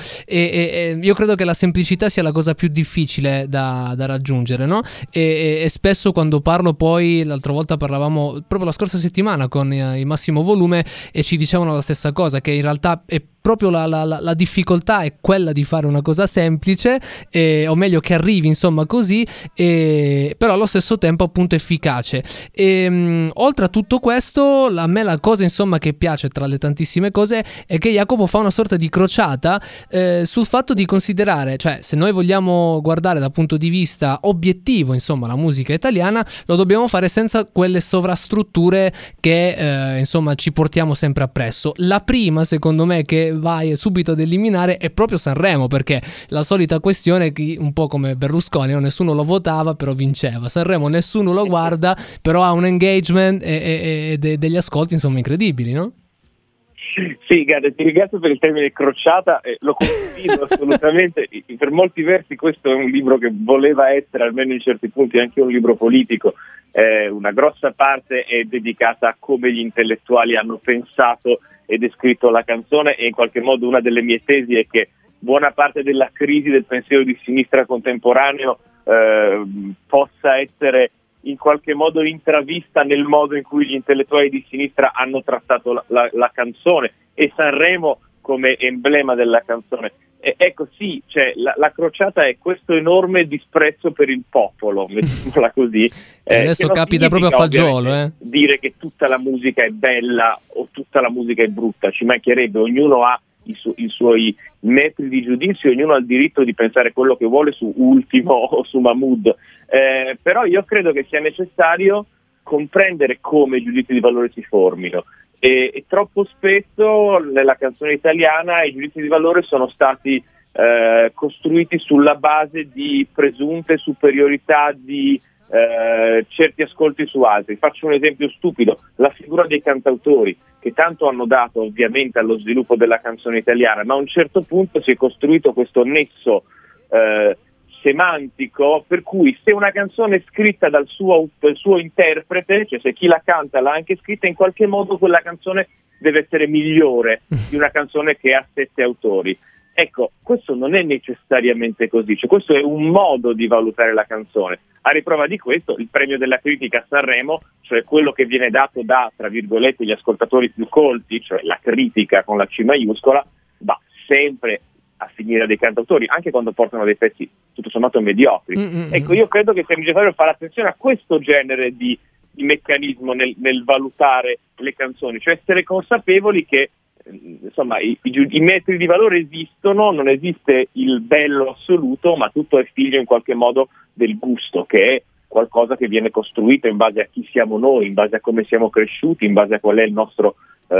io credo che la semplicità sia la cosa più difficile da raggiungere, no? E spesso quando parlo, poi l'altra volta parlavamo proprio la scorsa settimana con il Massimo Volume e ci dicevano la stessa cosa, che in realtà è proprio la difficoltà è quella di fare una cosa semplice, o meglio che arrivi insomma così, però allo stesso tempo appunto efficace. Oltre a tutto questo, a me la cosa insomma che piace tra le tantissime cose è che Jacopo fa una sorta di crociata sul fatto di considerare, cioè se noi vogliamo guardare dal punto di vista obiettivo insomma la musica italiana, lo dobbiamo fare senza quelle sovrastrutture che insomma ci portiamo sempre appresso. La prima, secondo me, che vai subito ad eliminare è proprio Sanremo, perché la solita questione che un po' come Berlusconi, no? Nessuno lo votava però vinceva. Sanremo nessuno lo guarda però ha un engagement e degli ascolti insomma incredibili, no? Sì, guarda, ti ringrazio per il termine crociata, lo condivido assolutamente. Per molti versi questo è un libro che voleva essere, almeno in certi punti, anche un libro politico. Una grossa parte è dedicata a come gli intellettuali hanno pensato e descritto la canzone, e in qualche modo una delle mie tesi è che buona parte della crisi del pensiero di sinistra contemporaneo possa essere in qualche modo intravista nel modo in cui gli intellettuali di sinistra hanno trattato la canzone, e Sanremo come emblema della canzone. Ecco, sì, cioè, la crociata è questo enorme disprezzo per il popolo, mettiamola così. Adesso capita proprio a fagiolo. Dire che tutta la musica è bella o tutta la musica è brutta, ci mancherebbe. Ognuno ha i suoi metri di giudizio, ognuno ha il diritto di pensare quello che vuole su Ultimo o su Mahmood, però io credo che sia necessario comprendere come i giudizi di valore si formino, e troppo spesso nella canzone italiana i giudizi di valore sono stati costruiti sulla base di presunte superiorità di certi ascolti su altri. Faccio un esempio stupido: la figura dei cantautori, che tanto hanno dato ovviamente allo sviluppo della canzone italiana, ma a un certo punto si è costruito questo nesso semantico per cui se una canzone è scritta dal suo interprete, cioè se chi la canta l'ha anche scritta, in qualche modo quella canzone deve essere migliore di una canzone che ha 7 autori. Ecco, questo non è necessariamente così, cioè questo è un modo di valutare la canzone. A riprova di questo, il premio della critica a Sanremo, cioè quello che viene dato da, tra virgolette, gli ascoltatori più colti, cioè la critica con la C maiuscola, va sempre a finire dei cantautori, anche quando portano dei pezzi tutto sommato mediocri. Ecco, io credo che sia necessario fare attenzione a questo genere di meccanismo nel valutare le canzoni, cioè essere consapevoli che insomma i metri di valore esistono, non esiste il bello assoluto, ma tutto è figlio in qualche modo del gusto, che è qualcosa che viene costruito in base a chi siamo noi, in base a come siamo cresciuti, in base a qual è il nostro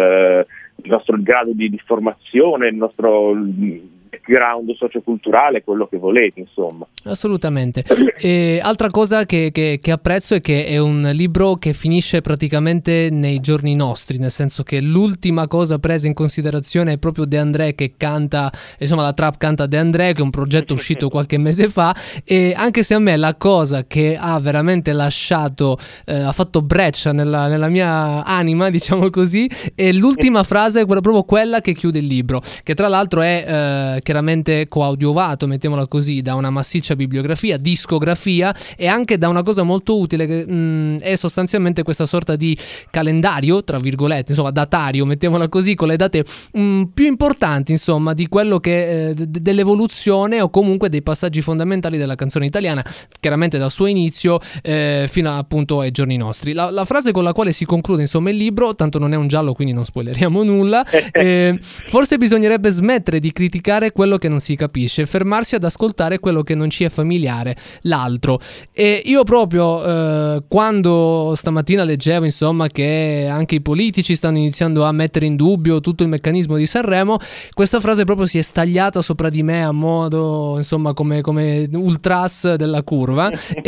grado di formazione, il nostro background socioculturale, quello che volete, insomma. Assolutamente. E altra cosa che apprezzo è che è un libro che finisce praticamente nei giorni nostri, nel senso che l'ultima cosa presa in considerazione è proprio De André che canta, insomma la trap canta De André, che è un progetto uscito qualche mese fa, e anche se a me la cosa che ha veramente lasciato, ha fatto breccia nella mia anima, diciamo così, è l'ultima frase, proprio quella che chiude il libro, che tra l'altro è chiaramente coaudiovato, mettiamola così, da una massiccia bibliografia, discografia, e anche da una cosa molto utile che è sostanzialmente questa sorta di calendario, tra virgolette, insomma datario, mettiamola così, con le date più importanti, insomma, di quello che dell'evoluzione o comunque dei passaggi fondamentali della canzone italiana, chiaramente dal suo inizio fino appunto ai giorni nostri. La frase con la quale si conclude insomma il libro, tanto non è un giallo quindi non spoileriamo nulla, forse bisognerebbe smettere di criticare quello che non si capisce, fermarsi ad ascoltare quello che non ci è familiare, l'altro. E io proprio quando stamattina leggevo insomma che anche i politici stanno iniziando a mettere in dubbio tutto il meccanismo di Sanremo, questa frase proprio si è stagliata sopra di me a modo insomma come ultras della curva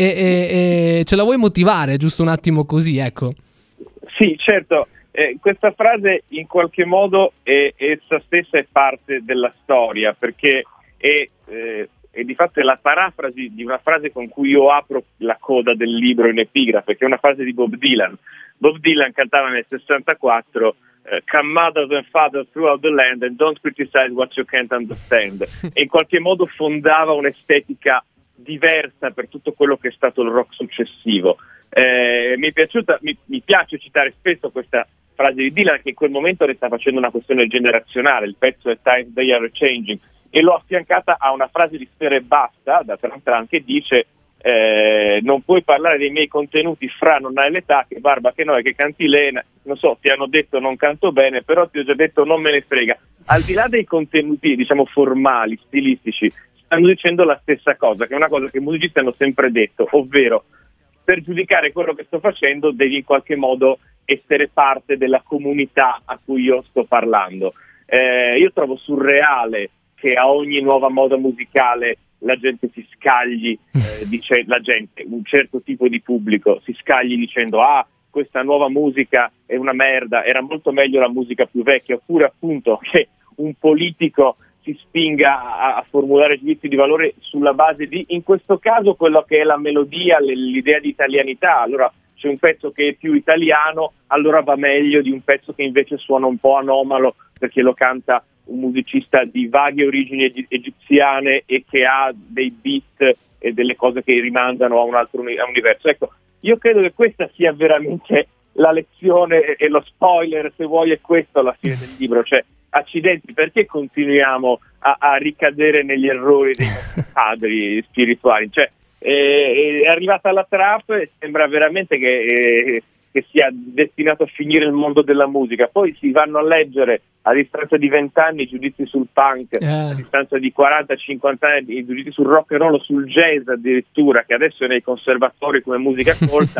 e ce la vuoi motivare giusto un attimo così, ecco? Sì, certo. Questa frase in qualche modo essa stessa è parte della storia, perché è di fatto è la parafrasi di una frase con cui io apro la coda del libro in epigrafe, che è una frase di Bob Dylan. Bob Dylan cantava nel 64 "Come mothers and fathers throughout the land and don't criticize what you can't understand", e in qualche modo fondava un'estetica diversa per tutto quello che è stato il rock successivo. Mi piace citare spesso questa frase di Dylan, che in quel momento ne sta facendo una questione generazionale. Il pezzo è "Times They Are Changing", e l'ho affiancata a una frase di Sfera Ebbasta da Tran Tran che dice "Non puoi parlare dei miei contenuti, fra non hai l'età, che barba che noi, che canti Lena, non so, ti hanno detto non canto bene, però ti ho già detto non me ne frega". Al di là dei contenuti diciamo formali, stilistici, stanno dicendo la stessa cosa, che è una cosa che i musicisti hanno sempre detto, ovvero per giudicare quello che sto facendo devi in qualche modo essere parte della comunità a cui io sto parlando. Io trovo surreale che a ogni nuova moda musicale la gente si scagli, un certo tipo di pubblico si scagli dicendo questa nuova musica è una merda, era molto meglio la musica più vecchia, oppure appunto che un politico si spinga a formulare giudizi di valore sulla base di, in questo caso, quello che è la melodia, l'idea di italianità. Allora c'è un pezzo che è più italiano, allora va meglio di un pezzo che invece suona un po' anomalo perché lo canta un musicista di vaghe origini egiziane e che ha dei beat e delle cose che rimandano a un altro universo. Ecco, io credo che questa sia veramente la lezione e lo spoiler, se vuoi, è questo alla fine del libro, cioè accidenti, perché continuiamo a ricadere negli errori dei nostri padri spirituali? Cioè, è arrivata la trap e sembra veramente che sia destinato a finire il mondo della musica. Poi si vanno a leggere a distanza di 20 anni i giudizi sul punk, a distanza di 40-50 anni i giudizi sul rock and roll, sul jazz addirittura, che adesso è nei conservatori come musica colta.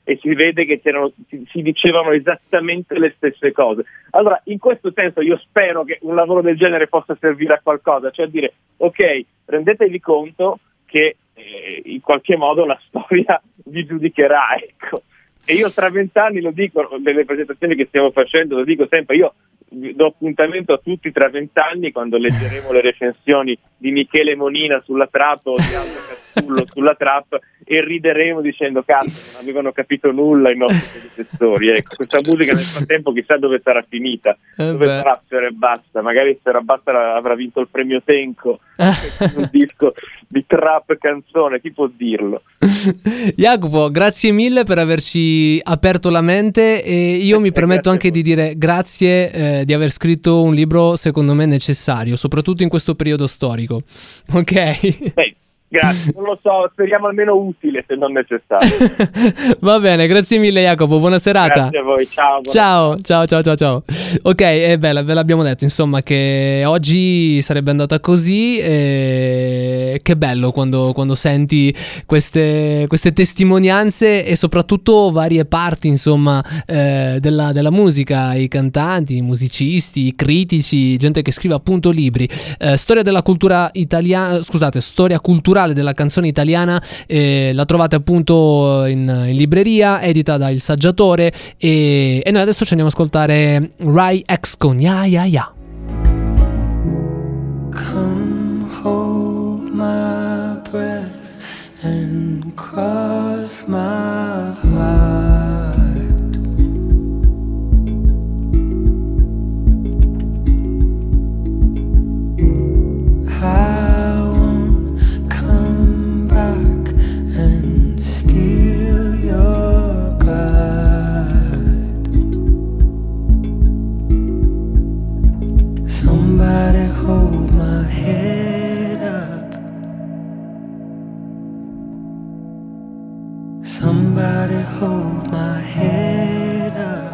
e si vede che si dicevano esattamente le stesse cose. Allora, in questo senso io spero che un lavoro del genere possa servire a qualcosa, cioè a dire ok, rendetevi conto che in qualche modo la storia vi giudicherà, ecco. E io tra 20 anni, lo dico nelle presentazioni che stiamo facendo, lo dico sempre, io do appuntamento a tutti tra 20 anni quando leggeremo le recensioni di Michele Monina sulla trap o di Aldo Cazzullo sulla trap e rideremo dicendo cazzo, non avevano capito nulla i nostri predecessori, ecco. Questa musica nel frattempo chissà dove sarà finita, dove sarà Sfera Ebbasta, magari Sfera Ebbasta avrà vinto il premio Tenco un disco di trap canzone, chi può dirlo? Jacopo, grazie mille per averci aperto la mente, e io mi permetto anche di dire grazie di aver scritto un libro secondo me necessario, soprattutto in questo periodo storico. Ok? Grazie, non lo so, speriamo almeno utile se non necessario. Va bene, grazie mille Jacopo, buona serata. Grazie a voi, ciao. Ciao. Ok, ve l'abbiamo detto insomma che oggi sarebbe andata così, che bello quando senti queste testimonianze e soprattutto varie parti insomma della musica, i cantanti, i musicisti, i critici, gente che scrive appunto libri. Storia della cultura italiana, scusate, storia culturale della canzone italiana, la trovate appunto in libreria, edita da Il Saggiatore, e noi adesso ci andiamo ad ascoltare Rai X con Ya Ya Ya. Come hold my breath and cross my heart. I won't come back and steal your guide. Somebody hold my head up. Somebody hold my head up.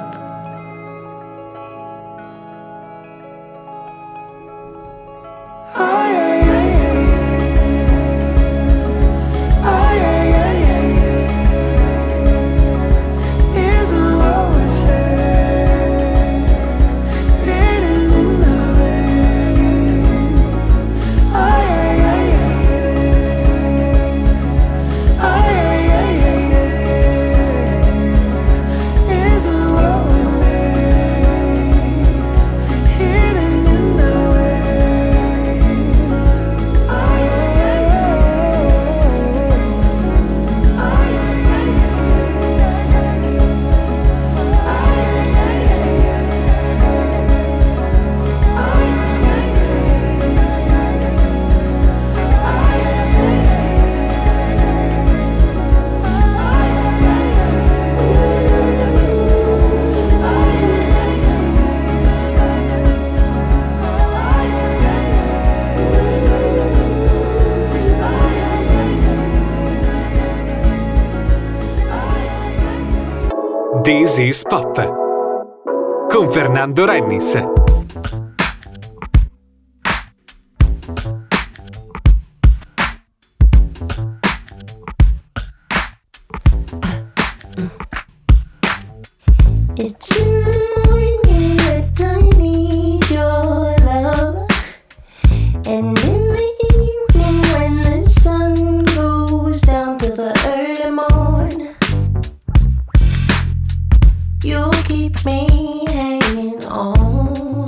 This is Pop con Fernando Rennis. It's in the morning that I need your love, and in the evening when the sun goes down to the early morn, you keep me hanging on.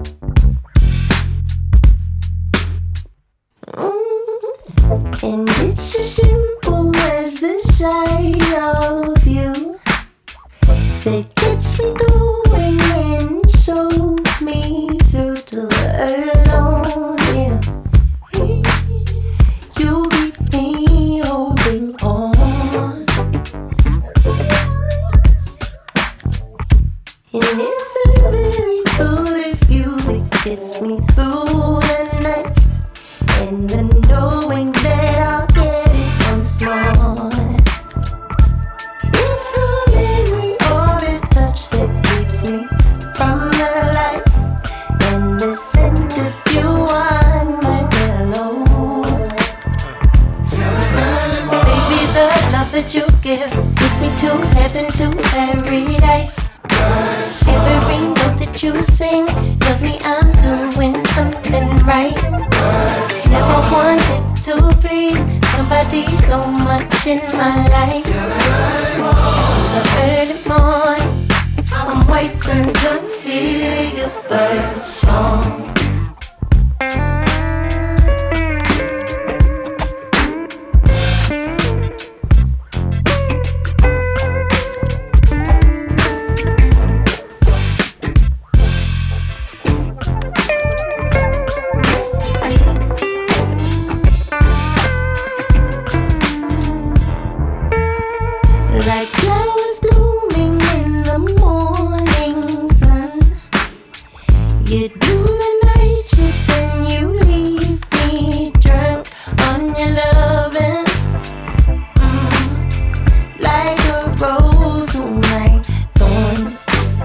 And it's as simple as the sight of you that gets me going and shows me through to the early dawn. Yeah. You keep me holding on. And it's the very thought of you that gets me through the night, and the knowing that I'll get it once more. It's the memory of a touch that keeps me from the light, and the scent of you on my pillow. Baby, the love that you give makes me too heavy heaven to paradise. Every note that you sing tells me I'm doing something right. Never wanted to please somebody so much in my life. In the early morning, I'm waiting to hear your bird song. Like flowers blooming in the morning sun, you do the night shift and you leave me drunk on your loving. Like a rose to my thorn.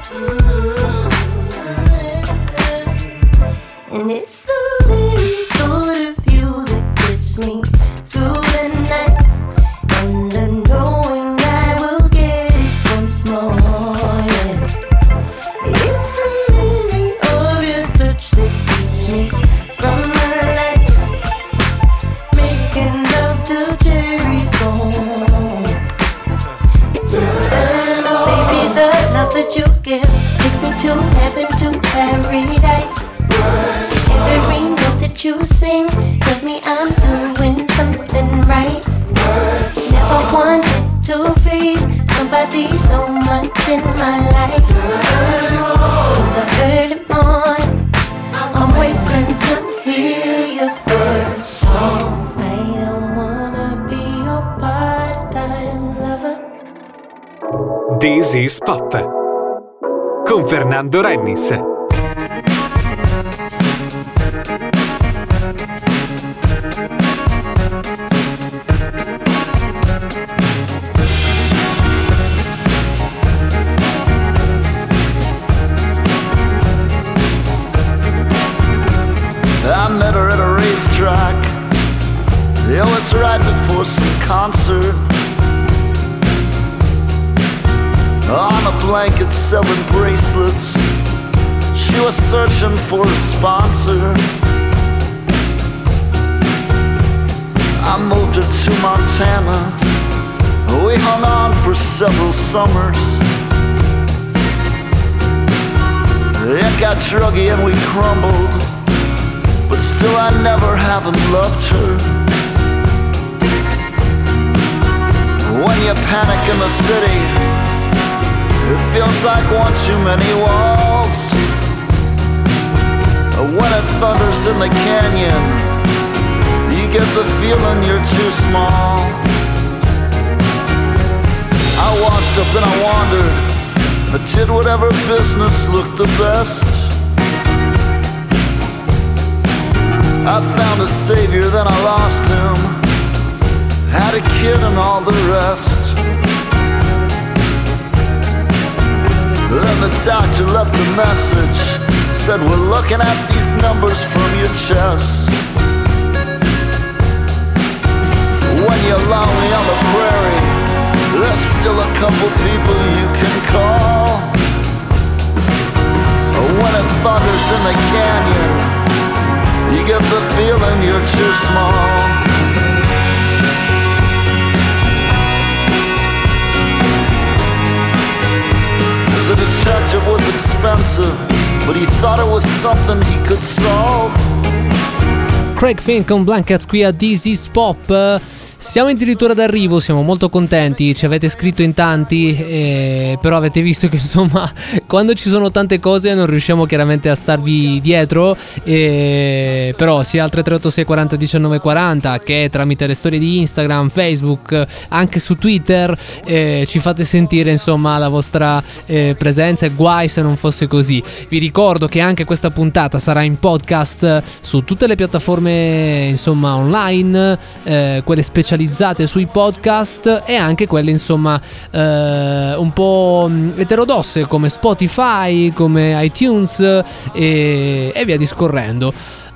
And it's the very thought of you that gets me through the night. And the knowing I will get it once more, yeah. It's the memory of your touch that keeps me from the light, making love till cherries gone. Baby, the love that you give takes me to heaven, to paradise. Every note that you sing tells me I'm doing something right. Never wanted to please somebody so much in my life. In the early morning, I'm waiting to hear your bird song. I don't wanna be your part-time lover. This is Pop con Fernando Rennis. I met her at a racetrack. It was right before some concert. On a blanket selling bracelets, she was searching for a sponsor. I moved her to Montana. We hung on for several summers. It got druggy and we crumbled, but still I never haven't loved her. When you panic in the city, it feels like one too many walls. When it thunders in the canyon, you get the feeling you're too small. I washed up and I wandered. I did whatever business looked the best. I found a savior, then I lost him. Had a kid and all the rest. Then the doctor left a message. Said, we're looking at these numbers from your chest. When you're lonely on the prairie, there's still a couple people you can call. When it thunders in the canyon, you get the feeling you're too small. The detective was expensive, but he thought it was something he could solve. Craig Finn con Blankets qui a This Is Pop. Siamo addirittura d'arrivo, siamo molto contenti, ci avete scritto in tanti, però avete visto che insomma quando ci sono tante cose non riusciamo chiaramente a starvi dietro, però sia al 338 640 19 40 che tramite le storie di Instagram, Facebook, anche su Twitter, ci fate sentire insomma la vostra presenza, e guai se non fosse così. Vi ricordo che anche questa puntata sarà in podcast su tutte le piattaforme insomma online, quelle specializzate sui podcast e anche quelle insomma un po' eterodosse come Spotify, come iTunes e via discorrendo.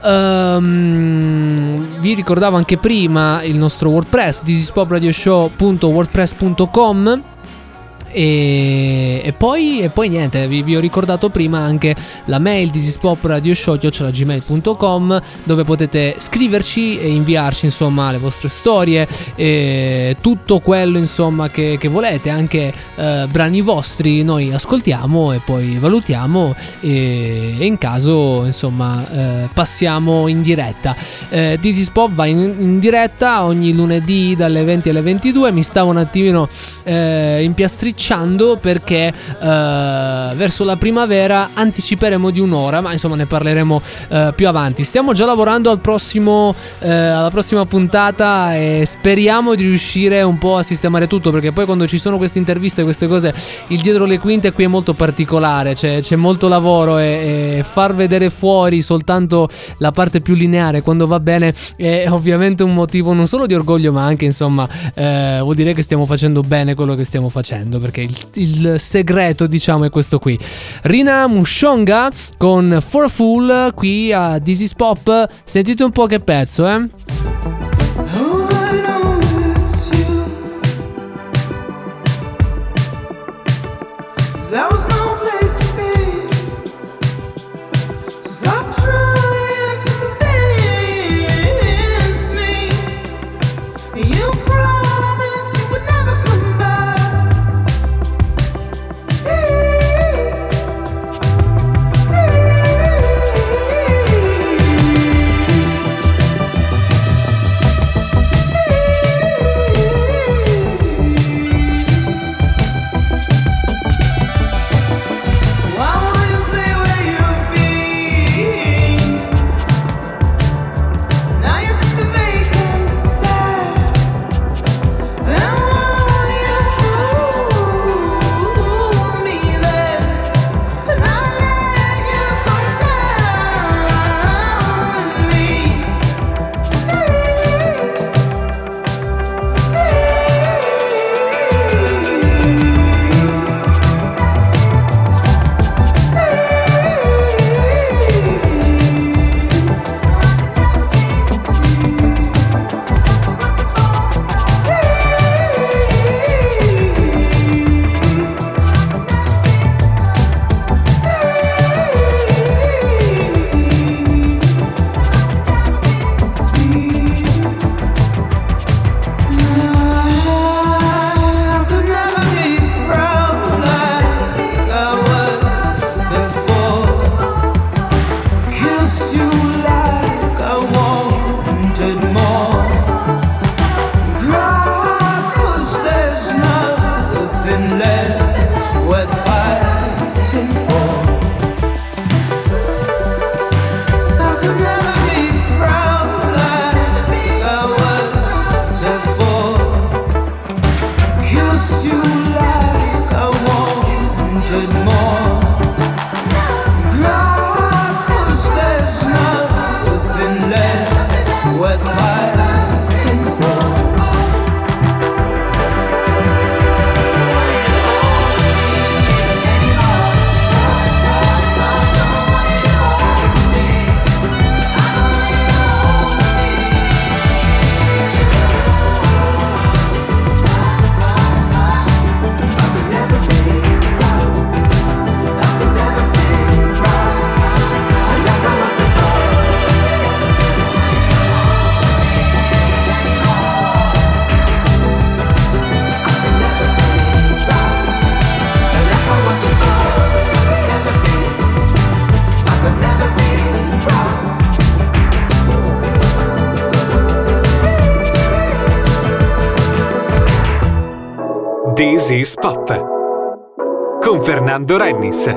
Vi ricordavo anche prima il nostro WordPress, thisispopradioshow.wordpress.com, E poi niente, vi ho ricordato prima anche la mail dizzyspop@gmail.com, dove potete scriverci e inviarci insomma le vostre storie e tutto quello insomma che volete, anche brani vostri noi ascoltiamo e poi valutiamo e in caso insomma passiamo in diretta. This is Pop va in diretta ogni lunedì dalle 20 alle 22. Mi stavo un attimino impiastricciando perché verso la primavera anticiperemo di un'ora, ma insomma ne parleremo più avanti. Stiamo già lavorando alla prossima puntata e speriamo di riuscire un po' a sistemare tutto, perché poi quando ci sono queste interviste, queste cose, il dietro le quinte qui è molto particolare, c'è molto lavoro e far vedere fuori soltanto la parte più lineare quando va bene è ovviamente un motivo non solo di orgoglio, ma anche insomma vuol dire che stiamo facendo bene quello che stiamo facendo, perché il segreto diciamo è questo qui. Rina Mushonga con For a Fool qui a This is Pop. Sentite un po' che pezzo, eh? There was no place to be, so stop trying to convince me. You promised you would never come back. This is Pop con Fernando Rennis.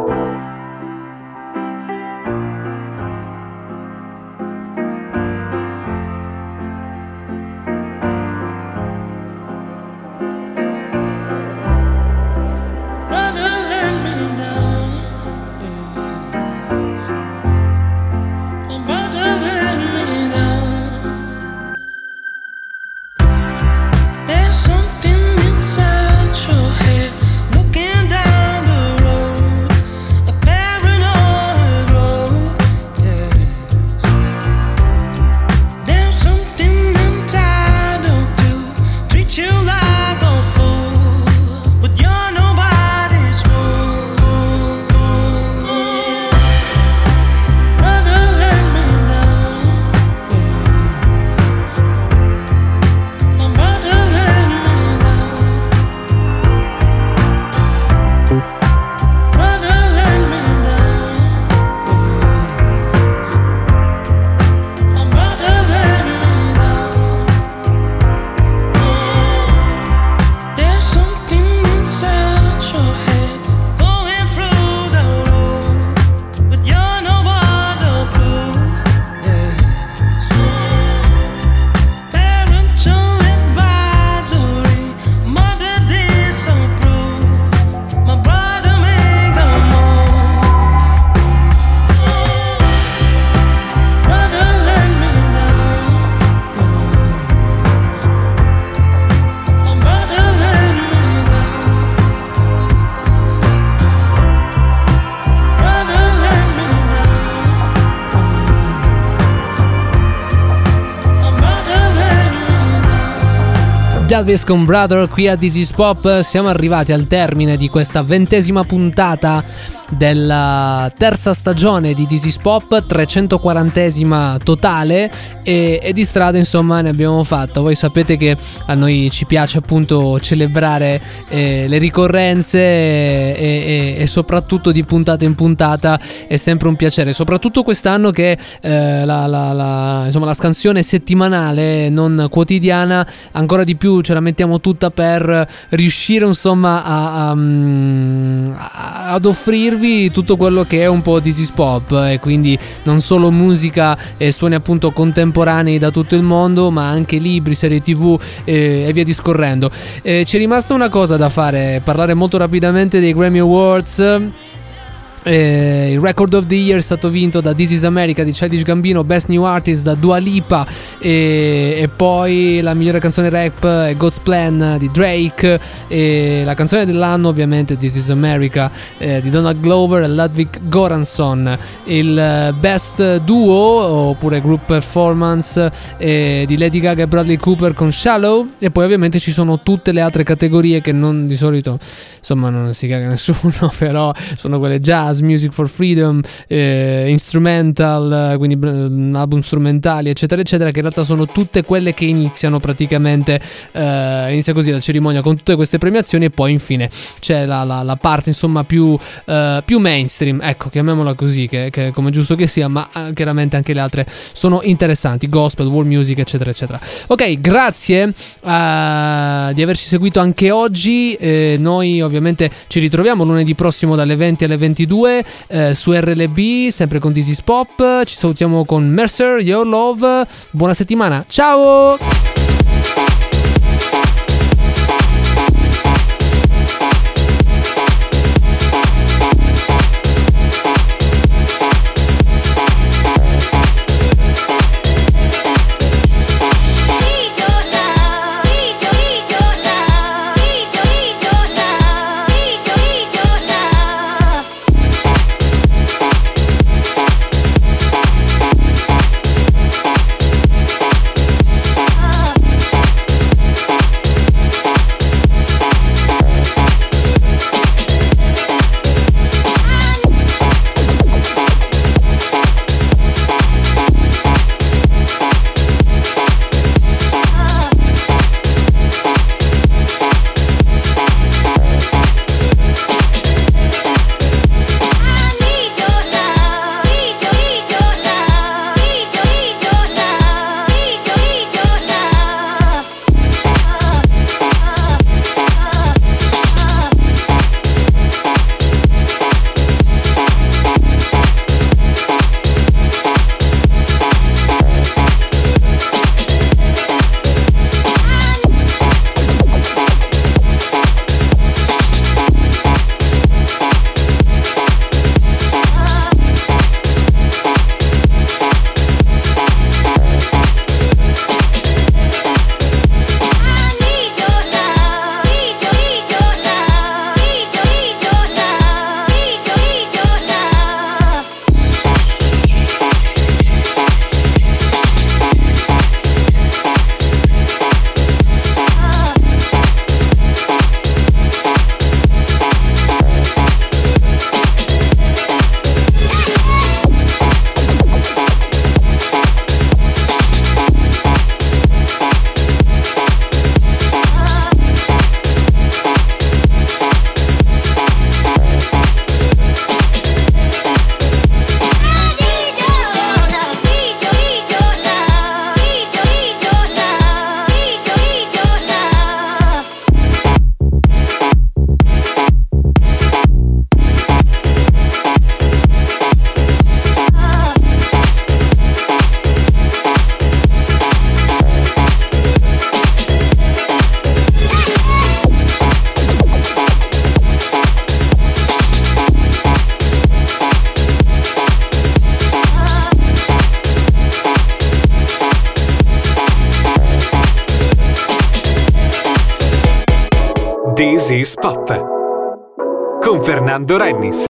Something inside your head, looking down the road. Delvis con Brother qui a This Is Pop. Siamo arrivati al termine di questa 20ª puntata della terza stagione di This Is Pop, 340esima totale, e di strada insomma ne abbiamo fatta. Voi sapete che a noi ci piace appunto celebrare le ricorrenze e soprattutto di puntata in puntata è sempre un piacere, soprattutto quest'anno che insomma la scansione settimanale non quotidiana ancora di più ce la mettiamo tutta per riuscire insomma ad offrirvi tutto quello che è un po' This Is Pop, e quindi non solo musica e suoni appunto contemporanei da tutto il mondo, ma anche libri, serie TV e via discorrendo. C'è rimasta una cosa da fare, parlare molto rapidamente dei Grammy Awards. Il Record of the Year è stato vinto da This Is America di Childish Gambino, Best New Artist da Dua Lipa, e poi la migliore canzone rap è God's Plan di Drake, e la canzone dell'anno ovviamente This Is America di Donald Glover e Ludwig Göransson. Il Best Duo oppure Group Performance di Lady Gaga e Bradley Cooper con Shallow, e poi ovviamente ci sono tutte le altre categorie che non di solito insomma non si caga nessuno, però sono quelle jazz, Music for Freedom, instrumental, quindi album strumentali eccetera eccetera, che in realtà sono tutte quelle che iniziano praticamente inizia così la cerimonia con tutte queste premiazioni, e poi infine c'è la parte insomma più mainstream, ecco, chiamiamola così, che come giusto che sia, ma chiaramente anche le altre sono interessanti, gospel, world music eccetera eccetera. Ok, grazie di averci seguito anche oggi. Noi ovviamente ci ritroviamo lunedì prossimo dalle 20 alle 22 su RLB, sempre con This Is Pop. Ci salutiamo con Mercer, Your Love. Buona settimana, ciao! This Is Pop con Fernando Rennis.